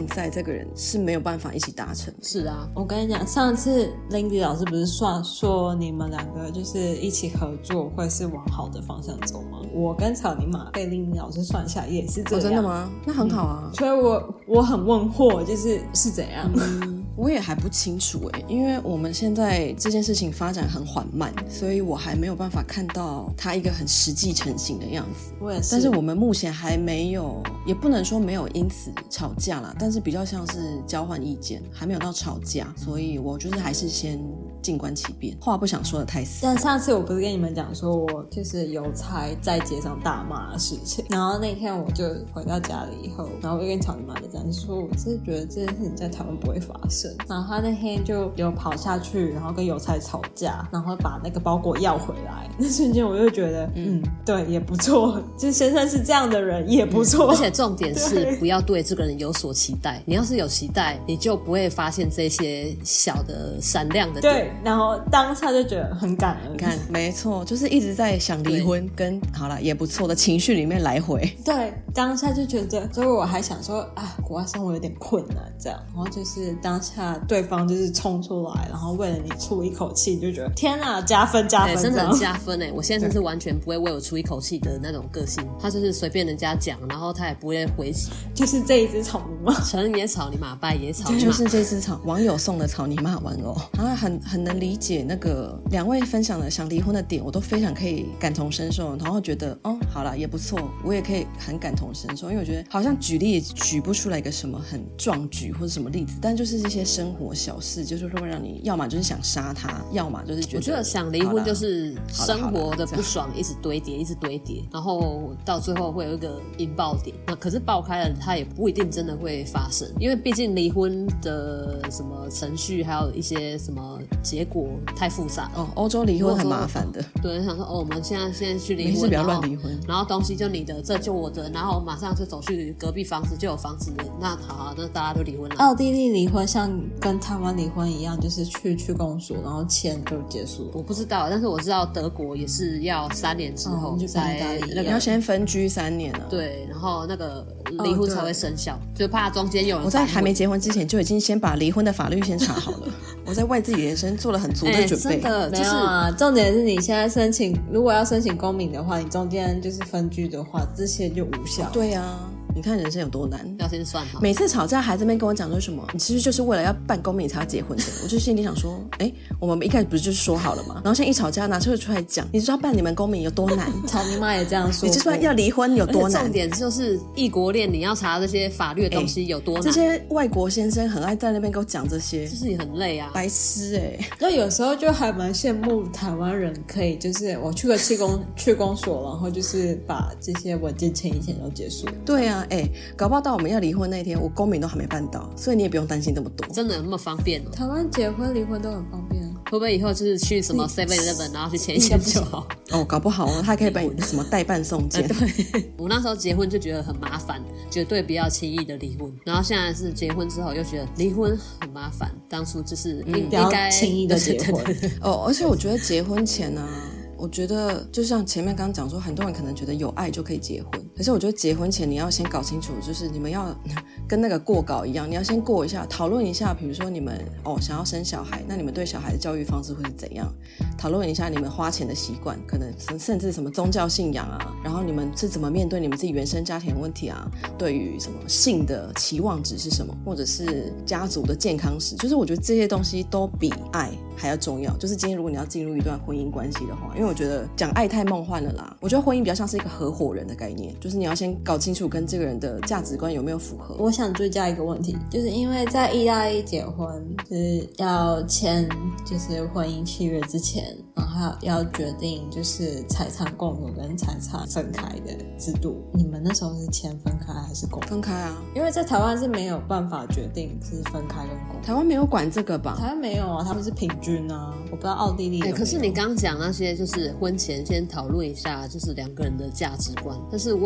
那个人是没有办法一起达成的。 是啊， 我跟你讲，上次 Lindy 老师不是说你们两个就是一起合作会是往好的方向走吗？我跟草泥马被 Lindy 老师算下来也是这样。 真的吗？那很好啊。 所以我很问惑，就是怎样？ 我也还不清楚因为我们现在这件事情发展很缓慢，所以我还没有办法看到它一个很实际成型的样子。 我也是， 但是我们目前还没有，也不能说没有因此吵架啦，但是比较像是交换意见，还没有到吵架，所以我就是还是先静观其变，话不想说的太死。 但上次我不是跟你们讲说我就是邮差在街上大骂的事情，然后那天我就回到家里以后，然后我就跟草泥马讲，就说我真的觉得这件事情在台湾不会发生。然后他那天就有跑下去，然后跟邮差吵架，然后把那个包裹要回来。那瞬间我就觉得对，也不错，就先生是这样的人也不错。 而且重点是不要对这个人有所期待，你要是有期待你就不会发现这些小的闪亮的点。 对，然后当下就觉得很感恩。 看，没错，就是一直在想离婚跟好了也不错的情绪里面来回。 对，当下就觉得，所以我还想说国外生活有点困难这样，然后就是当下对方就是冲出来，然后为了你出一口气，就觉得天啊，加分加分， 真的很加分我现在是完全不会为我出一口气的那种个性，他就是随便人家讲，然后他也不会回击， 就是这一只草泥马， 成也草泥马，败也草泥马， 就是这只网友送的草泥马玩偶啊，很能理解那个两位分享的想离婚的点，我都非常可以感同身受，然后觉得好啦也不错，我也可以很感同身受，因为我觉得好像举例也举不出来一个什么很壮举或者什么例子，但就是这些生活小事，就是会让你要么就是想杀他，要么就是觉得， 我觉得想离婚就是生活的不爽一直堆叠一直堆叠，然后到最后会有一个引爆点，那可是爆开了它也不一定真的会发生，因为毕竟离婚的什么程序还有一些什么结果太复杂欧洲离婚很麻烦的。 对，想说我们现在去离婚， 没事不要乱离婚， 然后东西就你的，这就我的，然后马上就走去隔壁房子就有房子了，那好，那大家都离婚了。 奥地利离婚像跟台湾离婚一样，就是去公所，然后签就结束了。 我不知道，但是我知道德国也是要3年之后才你要先分居3年了。 对，然后那个离婚才会生效，就怕中间有人。 我在还没结婚之前就已经先把离婚的法律先查好了，我在为自己人生做了很足的准备。 真的， 没有啊，重点是你现在申请，如果要申请公民的话，你中间就是分居的话，这些就无效。 对啊。你看人生有多难， 要先算好。 每次吵架还在那边跟我讲说什么，你其实就是为了要办公民才要结婚的。我就心里想说，我们一开始不是就是说好了吗？然后现在一吵架拿出来讲，你知道办你们公民有多难？ 草泥马也这样说， 你就说要离婚有多难？ 重点就是异国恋，你要查这些法律的东西有多难？ 这些外国先生很爱在那边给我讲这些， 就是你很累啊， 白痴那有时候就还蛮羡慕台湾人可以，就是我去个去公所，然后就是把这些文件签一签就结束。 对啊，搞不好到我们要离婚那天，我公民都还没办到，所以你也不用担心这么多。 真的有那么方便台湾结婚离婚都很方便会不会以后就是去什么 7-Eleven 然后去签一签就好？ 搞不好他可以帮你什么代办送件。 对，我那时候结婚就觉得很麻烦，绝对不要轻易的离婚。然后现在是结婚之后又觉得离婚很麻烦，当初就是应该轻易的结婚。 而且我觉得结婚前呢，我觉得就像前面刚刚讲说，很多人可能觉得有爱就可以结婚，可是我觉得结婚前你要先搞清楚，就是你们要跟那个过稿一样，你要先过一下，讨论一下，比如说你们想要生小孩，那你们对小孩的教育方式会是怎样？讨论一下你们花钱的习惯，可能甚至什么宗教信仰啊，然后你们是怎么面对你们自己原生家庭的问题啊，对于什么性的期望值是什么，或者是家族的健康史，就是我觉得这些东西都比爱还要重要。就是今天如果你要进入一段婚姻关系的话，因为我觉得讲爱太梦幻了啦，我觉得婚姻比较像是一个合伙人的概念，就是你要先搞清楚跟这个人的价值观有没有符合。 我想追加一个问题，就是因为在意大利结婚就是要签就是婚姻契约之前，然后要决定就是财产共有跟财产分开的制度，你们那时候是签分开还是共有？ 分开啊， 因为在台湾是没有办法决定是分开跟共有。 台湾没有管这个吧？ 台湾没有啊，他们是平均啊，我不知道奥地利可是你刚刚讲那些就是婚前先讨论一下就是2个人的价值观，但是我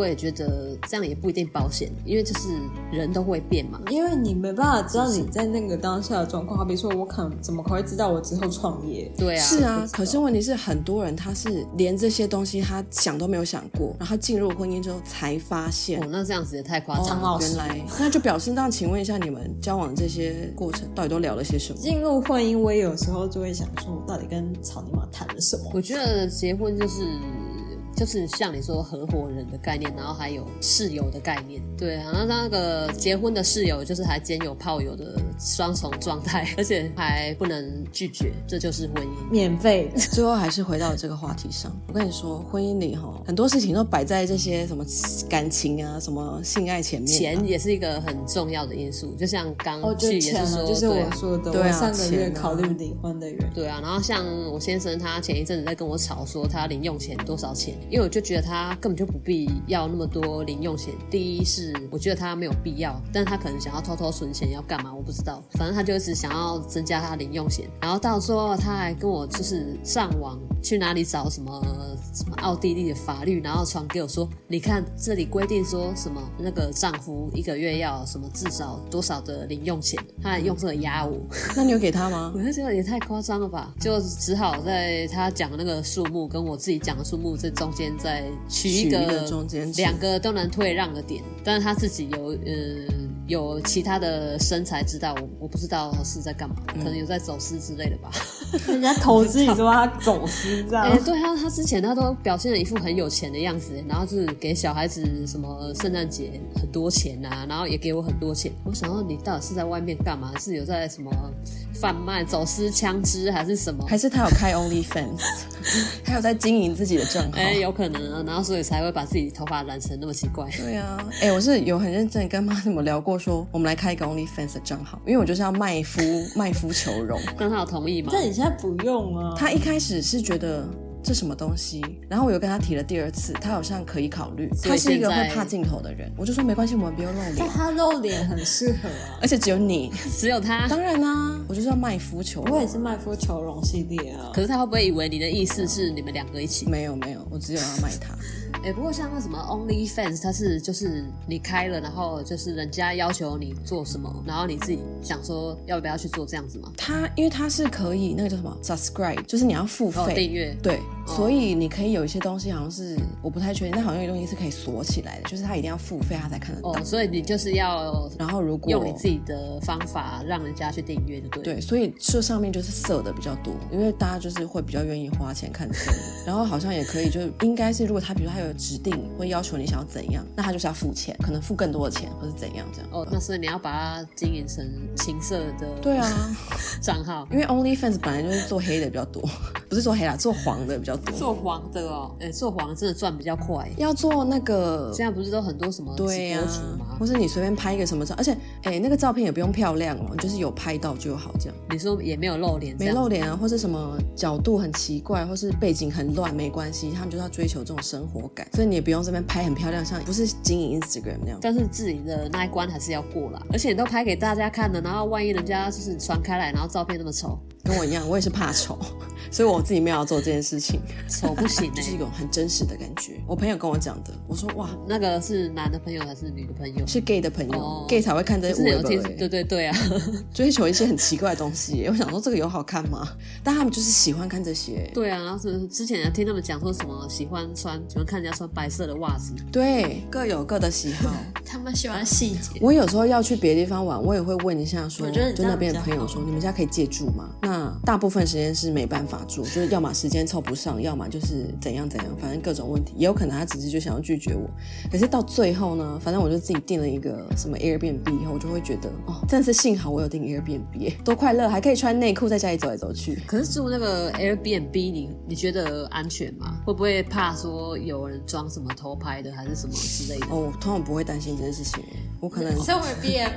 我也觉得这样也不一定保险，因为就是人都会变嘛， 因为你没办法知道你在那个当下的状况，好比说我可能怎么可能会知道我之后创业？ 对啊， 是啊，可是问题是很多人他是连这些东西他想都没有想过，然后他进入婚姻之后才发现。 那这样子也太夸张了。 原来那就表示，那请问一下，你们交往这些过程到底都聊了些什么？ 进入婚姻，我也有时候就会想说，我到底跟草泥马谈了什么？ 我觉得结婚就是像你说合伙人的概念，然后还有室友的概念。对啊，那个结婚的室友就是还兼有炮友的双重状态，而且还不能拒绝，这就是婚姻， 免费的。 最后还是回到这个话题上。我跟你说，婚姻里很多事情都摆在这些什么感情啊、什么性爱前面。 钱也是一个很重要的因素，就像刚去也是说， 就是我说的，我上个月考虑离婚的原因。 对啊，然后像我先生他前一阵子在跟我吵说他零用钱多少钱。因为我就觉得他根本就不必要那么多零用钱。第一是我觉得他没有必要，但是他可能想要偷偷存钱要干嘛我不知道，反正他就一直想要增加他零用钱。然后到时候他还跟我就是上网去哪里找什么奥地利的法律，然后传给我说，你看这里规定说什么那个丈夫一个月要什么至少多少的零用钱，他还用这个压我。 那你有给他吗？ 我就觉得也太夸张了吧，就只好在他讲的那个数目跟我自己讲的数目这中间再取一个中间两个都能退让的点，但是他自己有其他的身材知道，我不知道是在干嘛，可能有在走私之类的吧。 人家投资你说他走私这样？ 对啊，他之前他都表现了一副很有钱的样子，然后就是给小孩子什么圣诞节很多钱啊，然后也给我很多钱。我想说你到底是在外面干嘛？是有在什么贩卖、走私枪支还是什么？ 还是他有开 OnlyFans， 还有在经营自己的账号？ 有可能啊，然后所以才会把自己头发染成那么奇怪。 对啊，我是有很认真的跟妈怎么聊过说，我们来开一个 OnlyFans 的账号，因为我就是要卖夫求荣。 那他有同意吗？ 但你现在不用啊。 他一开始是觉得这什么东西，然后我又跟他提了第二次，他好像可以考虑。他是一个会怕镜头的人，我就说没关系，我们不用露脸。 但他露脸很适合啊， 而且只有你， 只有他。 当然啦，我就是要卖夫求荣。 我也是卖夫求荣系列啊。 可是他会不会以为你的意思是你们两个一起？ 没有，我只有要卖他。 不过像那什么 OnlyFans， 它是就是你开了，然后就是人家要求你做什么，然后你自己想说要不要去做这样子吗？ 因为它是可以那个叫什么 subscribe， 就是你要付费订阅， 对，所以你可以有一些东西好像是我不太确定，但好像有东西是可以锁起来的，就是他一定要付费他才看得到。 所以你就是要， 然后如果用你自己的方法让人家去订阅就对了。 对，所以这上面就是色的比较多，因为大家就是会比较愿意花钱看色的，然后好像也可以，就应该是如果他比如说他有指定会要求你想要怎样，那他就是要付钱，可能付更多的钱或是怎样这样。 那所以你要把它经营成情色的对啊账号， 因为 OnlyFans 本来就是做黑的比较多，不是做黑啦，做黄的比较多。 做黄的做黄的真的赚比较快。 要做那个现在不是都很多什么直播主吗？ 或是你随便拍一个什么照，而且那个照片也不用漂亮哦，就是有拍到就好这样。 你说也没有露脸， 没露脸啊，或是什么角度很奇怪，或是背景很乱，没关系，他们就是要追求这种生活感，所以你也不用这边拍很漂亮，像不是经营 Instagram 那样。 但是自己的那一关还是要过啦，而且你都拍给大家看的，然后万一人家就是传开来，然后照片那么丑， 跟我一样，我也是怕丑，所以我自己没有要做这件事情。 丑不行就是一种很真实的感觉。我朋友跟我讲的，我说哇， 那个是男的朋友还是女的朋友？ 是 gay 的朋友，gay 才会看这些微博。 对啊， 追求一些很奇怪的东西。我想说这个有好看吗？但他们就是喜欢看这些。 对啊，然后之前有听他们讲说什么喜欢看人家穿白色的袜子。 对，各有各的喜好。 他们喜欢细节。 我有时候要去别的地方玩，我也会问一下说，就那边的朋友说，你们家可以借住吗？那大部分时间是没办法住，就是要么时间凑不上，要么就是怎样，反正各种问题，也有可能他只是就想要拒绝我。可是到最后呢，反正我就自己订了一个什么 Airbnb 以后，我就会觉得真的是幸好我有订 Airbnb， 多快乐，还可以穿内裤在家里走来走去。 可是住那个 Airbnb 你觉得安全吗？会不会怕说有人装什么偷拍的还是什么之类的？ 我通常不会担心这件事情，我可能身为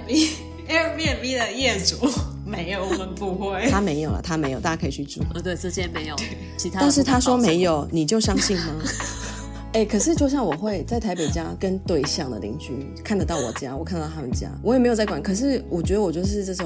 Airbnb 的业主，没有，我们不会。 他没有了，他没有，大家可以去住。 对，这间没有，其他。 但是他说没有，你就相信吗？可是就像我会在台北家跟对象的邻居看得到我家，我看得到他们家，我也没有在管。可是我觉得我就是这种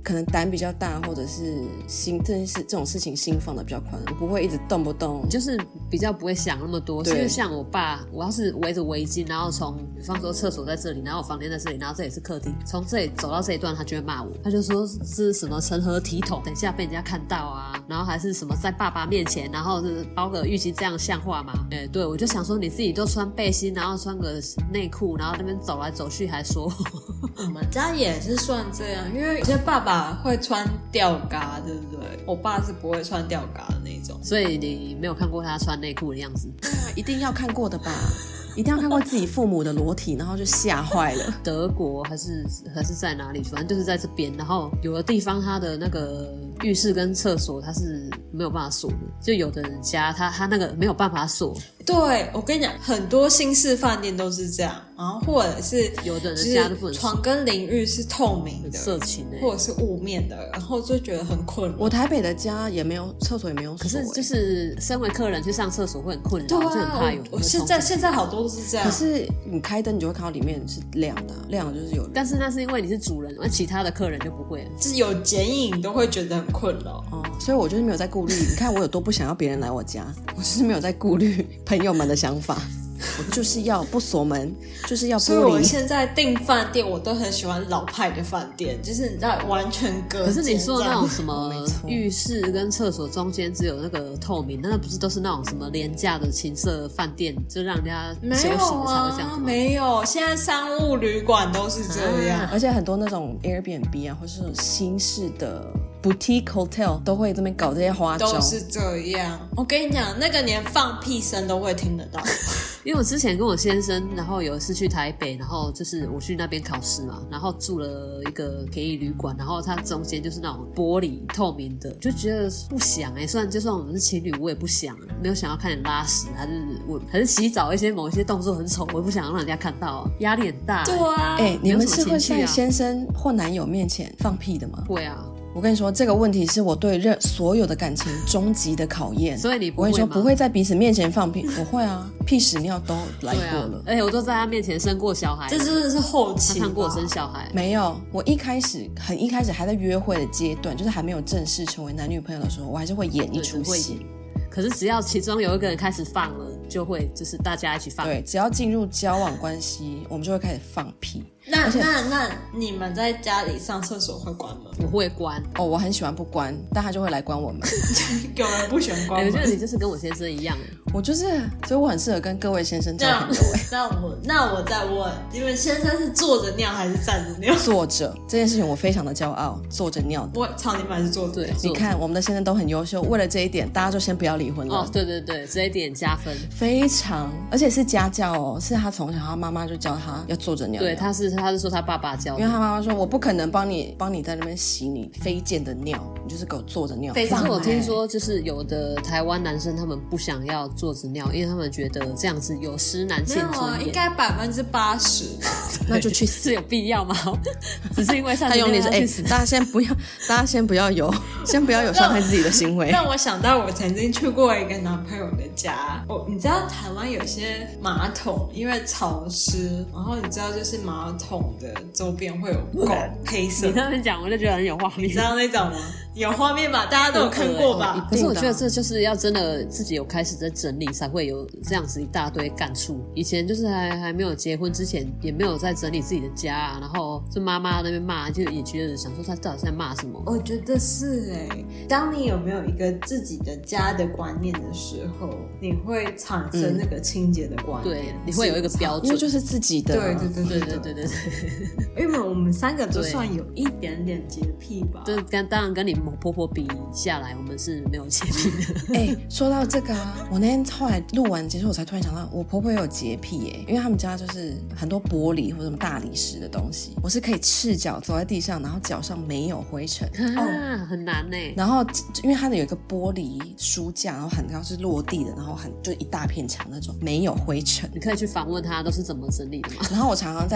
可能胆比较大，或者是这种事情心放的比较宽，我不会一直动不动， 就是比较不会想那么多。就是像我爸，我要是围着围巾，然后从比方说厕所在这里，然后我房间在这里，然后这里是客厅，从这里走到这一段，他就会骂我，他就说是什么成何体统，等一下被人家看到啊，然后还是什么在爸爸面前，然后是包个浴巾，这样像话吗？对，我就想说你自己都穿背心，然后穿个内裤，然后那边走来走去还说我们家也是算这样，因为有些爸爸会穿吊嘎，对不对？我爸是不会穿吊嘎的那种。 所以你没有看过他穿内裤的样子？ 一定要看过的吧？一定要看过自己父母的裸体，然后就吓坏了。 德国还是在哪里？反正就是在这边。然后有的地方它的那个浴室跟厕所它是没有办法锁的，就有的人家他那个没有办法锁。 对，我跟你讲，很多新式饭店都是这样，然后或者是有的人家都不能床跟淋浴是透明的， 色情或者是雾面的，然后就觉得很困扰。 我台北的家也没有厕所，也没有锁。 可是就是身为客人去上厕所会很困扰， 对啊， 就很怕有。 我现在好多都是这样。 可是你开灯，你就会看到里面是亮的，亮的就是有人。 但是那是因为你是主人，而其他的客人就不会， 就是有剪影都会觉得很困扰。 所以我就是没有在顾虑。你看我有多不想要别人来我家，我就是没有在顾虑朋友们的想法。我就是要不锁门，就是要玻璃。 所以我现在订饭店，我都很喜欢老派的饭店，就是你知道完全隔间。 可是你说那种什么浴室跟厕所中间只有那个透明，那不是都是那种什么廉价的情色饭店，就让人家休息的才会这样子吗？ 没有，现在商务旅馆都是这样， 而且很多那种 Airbnb 啊，或是新式的Boutique Hotel 都会这边搞这些花招， 都是这样。我跟你讲，那个连放屁声都会听得到。 因为我之前跟我先生，然后有一次去台北，然后就是我去那边考试嘛，然后住了一个便宜旅馆，然后它中间就是那种玻璃透明的，就觉得不想虽然就算我们是情侣，我也不想，没有想要看人拉屎，还是洗澡某一些动作很丑，我也不想让人家看到，压力很大。 对啊， 你们是会在先生或男友面前放屁的吗？ 会啊。 我跟你说，这个问题是我对所有的感情终极的考验。 所以你不会吗？ 我跟你说，不会在彼此面前放屁。我会啊，屁屎尿都来过了。 而且我都在他面前生过小孩， 这真的是后期。 他看过我生小孩没有？我一开始还在约会的阶段，就是还没有正式成为男女朋友的时候，我还是会演一出戏。 可是只要其中有一个人开始放了，就会就是大家一起放。 对，只要进入交往关系，我们就会开始放屁。 那你们在家里上厕所会关门？ 我会关。 我很喜欢不关，但他就会来关我们。 有人不喜欢关门。 我觉得你就是跟我先生一样。 我就是，所以我很适合跟各位先生交朋友。 那我再问，你们先生是坐着尿还是站着尿？ 坐着，这件事情我非常的骄傲，坐着尿的。 我操，你们还是坐着。 你看我们的先生都很优秀，为了这一点，大家就先不要离婚了。 对，这一点加分， 非常，而且是家教是他从小他妈妈就教他要坐着尿。 对，他是说他爸爸教的， 因为他妈妈说我不可能帮你在那边洗你飞溅的尿，你就是给我坐着尿。 可是我听说就是有的台湾男生他们不想要坐着尿，因为他们觉得这样子有失男性尊严。 应该80%吧。 那就去死， 是有必要吗？只是因为他用力说大家先不要有伤害自己的行为。 让我想到我曾经去过一个男朋友的家，你知道台湾有些马桶因为潮湿，然后你知道就是马桶的周边会有垢，黑色。 你那边讲我就觉得很有画面， 你知道那种吗？有画面吧？大家都有看过吧？ 可是我觉得这就是要真的自己有开始在整理，才会有这样子一大堆感触。以前就是还没有结婚之前，也没有在整理自己的家然后就妈妈那边骂，就也觉得想说他到底在骂什么。 我觉得是当你有没有一个自己的家的观念的时候，你会产生那个清洁的观念。 对，你会有一个标准， 因为就是自己的。 对。因为我们3个都算有一点点洁癖吧。 对，当然跟你婆婆比下来，我们是没有洁癖的。 说到这个我那天后来录完结束，我才突然想到，我婆婆也有洁癖因为他们家就是很多玻璃或者什么大理石的东西，我是可以赤脚走在地上，然后脚上没有灰尘很难然后因为它的有一个玻璃书架，然后很高是落地的，然后就一大片墙那种，没有灰尘。 你可以去访问他都是怎么整理的吗？ 然后我常常在桌上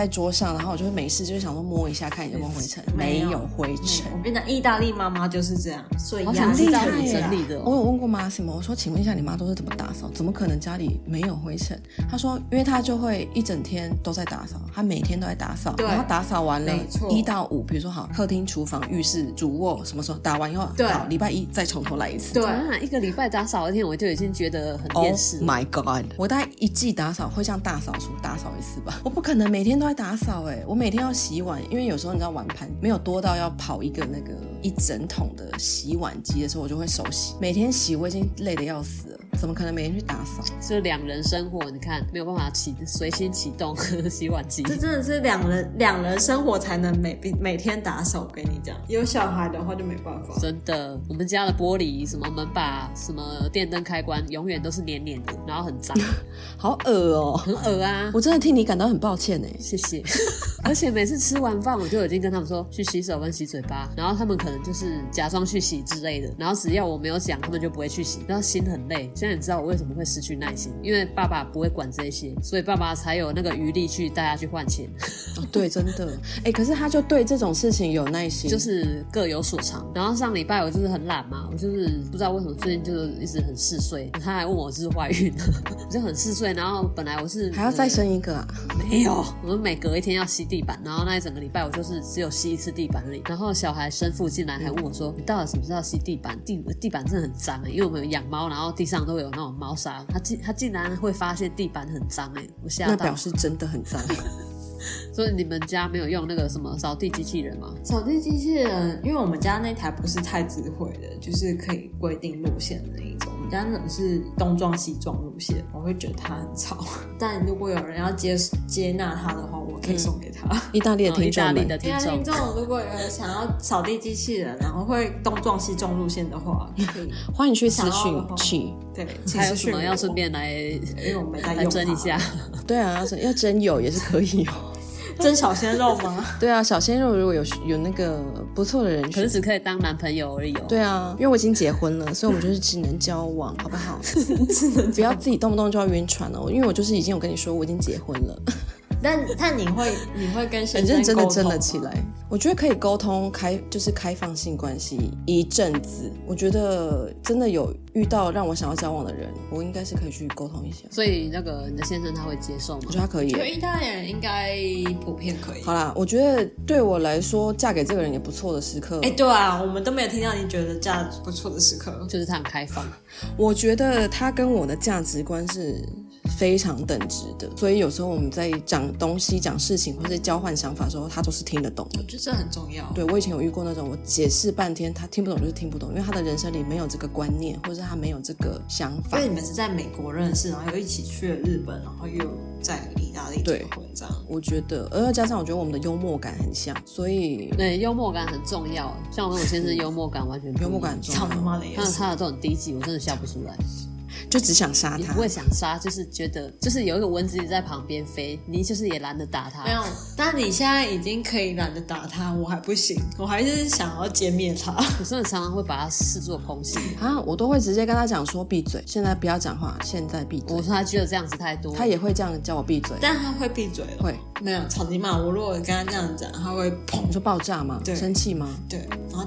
上，然后我就会没事就是想说摸一下看有没有灰尘，没有灰尘。 我跟你讲，意大利妈妈就是这样，所以好想知道你整理的。 我有问过妈什么，我说请问一下你妈都是怎么打扫？怎么可能家里没有灰尘？她说因为她就会一整天都在打扫，她每天都在打扫，然后打扫完了1到5，比如说好客厅、厨房、浴室、主卧什么时候打完以后，好礼拜1再从头来一次。 对， 一个礼拜打扫一天，我就已经觉得很厌世。 Oh my god！ 我大概1季打扫会像大扫除打扫一次吧，我不可能每天都在打扫我每天要洗碗，因为有时候你知道碗盘没有多到要跑一个那个1整桶的洗碗机的时候，我就会手洗，每天洗我已经累得要死了，怎么可能每天去打扫？ 就2人生活，你看没有办法随心启动洗碗机， 这真的是两人生活才能每天打扫。我跟你讲，有小孩的话就没办法。 真的，我们家的玻璃、什么门把、什么电灯开关，永远都是黏黏的，然后很脏， 好恶哦， 很恶啊！ 我真的替你感到很抱歉谢谢。而且每次吃完饭，我就已经跟他们说去洗手跟洗嘴巴，然后他们可能就是假装去洗之类的，然后只要我没有讲，他们就不会去洗，然后心很累。现在你知道我为什么会失去耐心，因为爸爸不会管这些，所以爸爸才有那个余力去带他去换钱。 对，真的。可是他就对这种事情有耐心， 就是各有所长。然后上礼拜我就是很懒嘛，我就是不知道为什么最近就是一直很嗜睡，他还问我是怀孕了，我就很嗜睡。然后本来我是还要再生一个啊？ 没有，我们每隔一天要吸地板，然后那一整个礼拜我就是只有吸1次地板而已。然后小孩生父进来还问我说：“你到底什么时候吸地板？地板真的很脏因为我们有养猫，然后地上都有那种猫砂，他竟然会发现地板很脏我吓到。 那表示真的很脏。 所以你们家没有用那个什么扫地机器人吗？ 扫地机器人，因为我们家那台不是太智慧的，就是可以规定路线的那一种。我们家那种是东撞西撞路线，我会觉得它很吵。但如果有人要接纳它的话，我可以送给他。 意大利的听众们， 意大利的听众， 如果有人想要扫地机器人，然后会东撞西撞路线的话，可以欢迎去私讯去。 对， 还有什么要顺便来， 因为我们在用争一下。 对啊，要真有也是可以蒸小鲜肉吗？ 对啊，小鲜肉如果有那个不错的人选， 可是只可以当男朋友而已对啊，因为我已经结婚了，所以我们就是只能交往，好不好？不要自己动不动就要晕船因为我就是已经有跟你说我已经结婚了。 但你会跟先生很认真的争了起来。我觉得可以沟通就是开放性关系一阵子，我觉得真的有遇到让我想要交往的人，我应该是可以去沟通一下。 所以你的先生他会接受吗？ 我觉得他可以。 我觉得意大利人应该普遍可以。 好啦，我觉得对我来说嫁给这个人也不错的时刻。 对啊，我们都没有听到你觉得嫁不错的时刻， 就是他很开放。 我觉得他跟我的价值观是非常等值的，所以有时候我们在讲东西、讲事情或者交换想法的时候，他都是听得懂的。 我觉得这很重要。 对，我以前有遇过那种我解释半天他听不懂就是听不懂，因为他的人生里没有这个观念，或者是他没有这个想法。 因为你们是在美国认识，然后又一起去了日本，然后又在意大利结婚这样。 我觉得，而加上我觉得我们的幽默感很像，所以对幽默感很重要。像我跟我先生幽默感完全不一样， 幽默感很重要。 他妈的也是， 他的这种低级我真的笑不出来。 就只想杀他， 你不会想杀，就是觉得就是有一个蚊子在旁边飞，你就是也懒得打它。 没有，但你现在已经可以懒得打它，我还不行，我还是想要歼灭它。 我真的常常会把它视作空气啊，我都会直接跟他讲说闭嘴，现在不要讲话，现在闭嘴。 我说他觉得这样子太多， 他也会这样叫我闭嘴， 但他会闭嘴了。 会没有草泥马，我如果跟他这样讲，他会砰， 你说爆炸吗？ 对， 生气吗？ 对，然后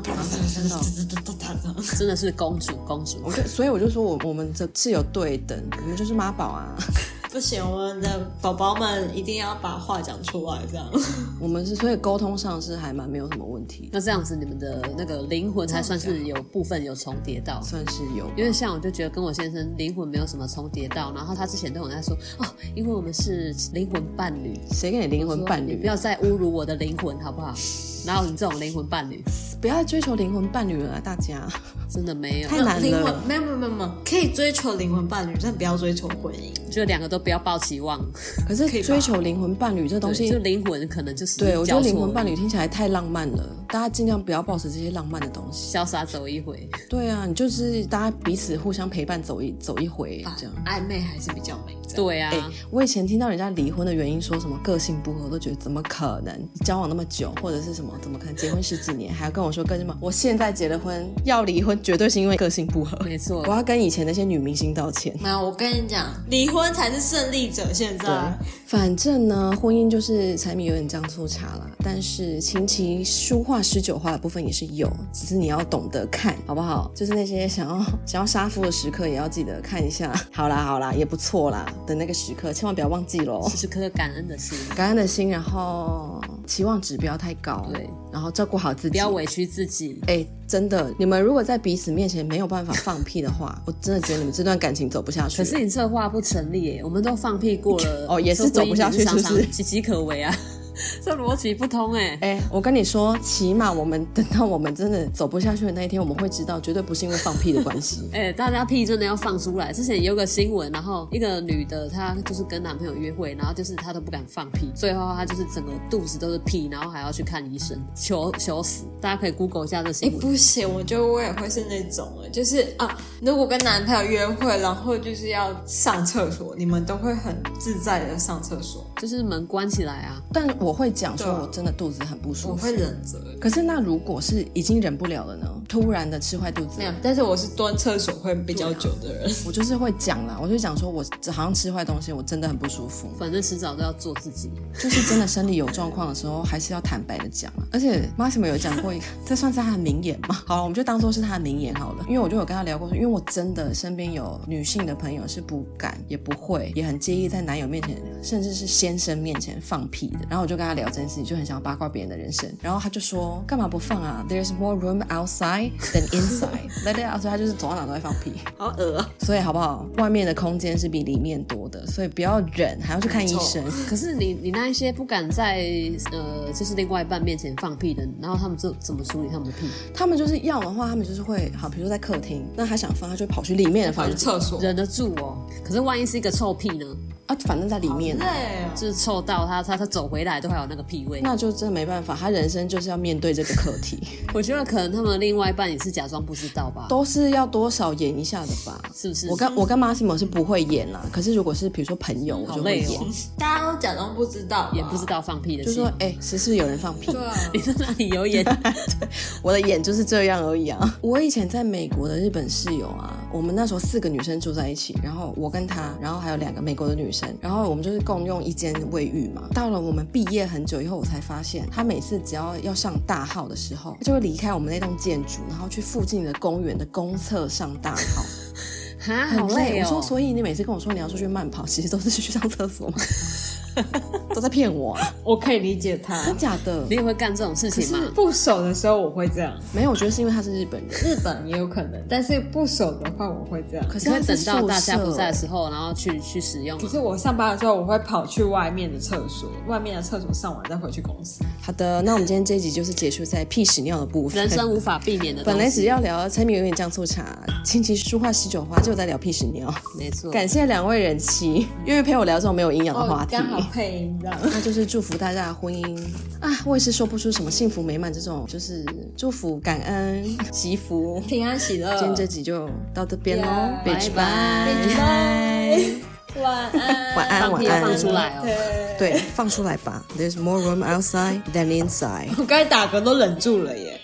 真的是公主。 所以我就说我们这是有对等，你们就是妈宝啊。 不行，我们的宝宝们一定要把话讲出来，这样。 我们是所以沟通上是还蛮没有什么问题。 那这样子，你们的那个灵魂还算是有部分有重叠到， 算是有。 因为像我就觉得跟我先生灵魂没有什么重叠到，然后他之前都有在说因为我们是灵魂伴侣。 谁跟你灵魂伴侣？ 你不要再侮辱我的灵魂好不好？哪有你这种灵魂伴侣？ 不要追求灵魂伴侣了，大家真的没有， 太难了。 没有，可以追求灵魂伴侣，但不要追求婚姻。 就两个都不要抱期望。 可是追求灵魂伴侣这东西， 就灵魂可能就是对，我觉得灵魂伴侣听起来太浪漫了。 大家尽量不要抱持这些浪漫的东西， 潇洒走一回。 对啊，你就是大家彼此互相陪伴走一回这样。 暧昧还是比较美。 对啊， 我以前听到人家离婚的原因说什么个性不合，我都觉得怎么可能？你交往那么久，或者是什么，怎么可能结婚10几年还要跟我说个性不合？我现在结了婚要离婚，绝对是因为个性不合。 没错， 我要跟以前那些女明星道歉。 没有，我跟你讲，离婚才是胜利者。现在， 反正呢，婚姻就是柴米油盐酱醋茶啦。但是琴棋书画诗酒花的部分也是有，只是你要懂得看，好不好？就是那些想要杀夫的时刻，也要记得看一下。好啦，也不错啦的那个时刻，千万不要忘记咯。 时时刻刻感恩的心， 感恩的心，然后期望值不要太高， 对， 然后照顾好自己， 不要委屈自己。 真的，你们如果在彼此面前没有办法放屁的话，我真的觉得你们这段感情走不下去。 可是你这话不成立耶，我们都放屁过了， 也是走不下去，是不是？ 岌岌可危啊。这逻辑不通我跟你说，起码我们等到我们真的走不下去的那一天，我们会知道绝对不是因为放屁的关系。 大家屁真的要放出来。之前有个新闻，然后一个女的她就是跟男朋友约会，然后就是她都不敢放屁，最后她就是整个肚子都是屁，然后还要去看医生，求死。大家可以 Google 一下这新闻。 不行，我觉得我也会是那种就是如果跟男朋友约会，然后就是要上厕所，你们都会很自在的上厕所， 就是门关起来啊。 但我会讲说我真的肚子很不舒服， 我会忍着。 可是那如果是已经忍不了了呢？突然的吃坏肚子？ 没有，但是我是蹲厕所会比较久的人。 我就是会讲啦，我就讲说我好像吃坏东西，我真的很不舒服。 反正迟早都要做自己， 就是真的身体有状况的时候，还是要坦白的讲。而且 Massimo 有讲过一个，这算是他的名言吗？好了，我们就当做是他的名言好了。因为我就有跟他聊过说，因为我真的身边有女性的朋友是不敢也不会也很介意在男友面前甚至是先生面前放屁的，然后我就跟他聊这件事情，就很想要八卦别人的人生，然后他就说干嘛不放啊 There's more room outside than inside Let it out， 所以他就是走到哪都会放屁， 好恶啊。 所以好不好，外面的空间是比里面多的，所以不要忍还要去看医生。 可是你那一些不敢在就是另外一半面前放屁的，然后他们怎么处理他们的屁？ 他们就是要的话，他们就是会好，比如说在客厅，那他想放他就跑去里面的房间厕所， 忍得住哦。可是万一是一个臭屁呢？ 反正在里面就是臭到他走回来都还有那个屁味， 那就真的没办法，他人生就是要面对这个课题。 我觉得可能他们另外一半也是假装不知道吧， 都是要多少演一下的吧， 是不是？ 我跟 Massimo 是不会演啦，可是如果是比如说朋友，我就会演。 大家都假装不知道， 也不知道放屁的事， 就说是不是有人放屁？ 对啊， 你在哪里有演？ 我的演就是这样而已啊。我以前在美国的日本室友啊，我们那时候4个女生住在一起，然后我跟她，然后还有2个美国的女生，然后我们就是共用一间卫浴嘛。到了我们毕业很久以后，我才发现她每次只要上大号的时候，就会离开我们那栋建筑，然后去附近的公园的公厕上大号。 哈，好累哦。 我说，所以你每次跟我说你要出去慢跑，其实都是去上厕所吗？都在骗我啊！ 我可以理解他， 真假的？ 你也会干这种事情吗？ 不熟的时候我会这样， 没有，我觉得是因为他是日本人， 日本也有可能，但是不熟的话我会这样。 可是会等到大家不在的时候，然后去使用。 可是我上班的时候，我会跑去外面的厕所，外面的厕所上完再回去公司。 好的，那我们今天这一集就是结束在屁屎尿的部分， 人生无法避免的东西。 本来只要聊柴米油盐酱醋茶、琴棋书画诗酒花，就在聊屁屎尿。 没错， 感谢2位人妻，因为陪我聊这种没有营养的话题， 刚好配音的。 那就是祝福大家的婚姻啊！我也是说不出什么幸福美满这种，就是祝福、感恩、祈福、 平安喜乐。 今天这集就到这边咯， 拜拜， 晚安， 晚安， 放屁要放出来哦， 对，放出来吧。There's more room outside than inside。 我刚才打嗝都忍住了耶。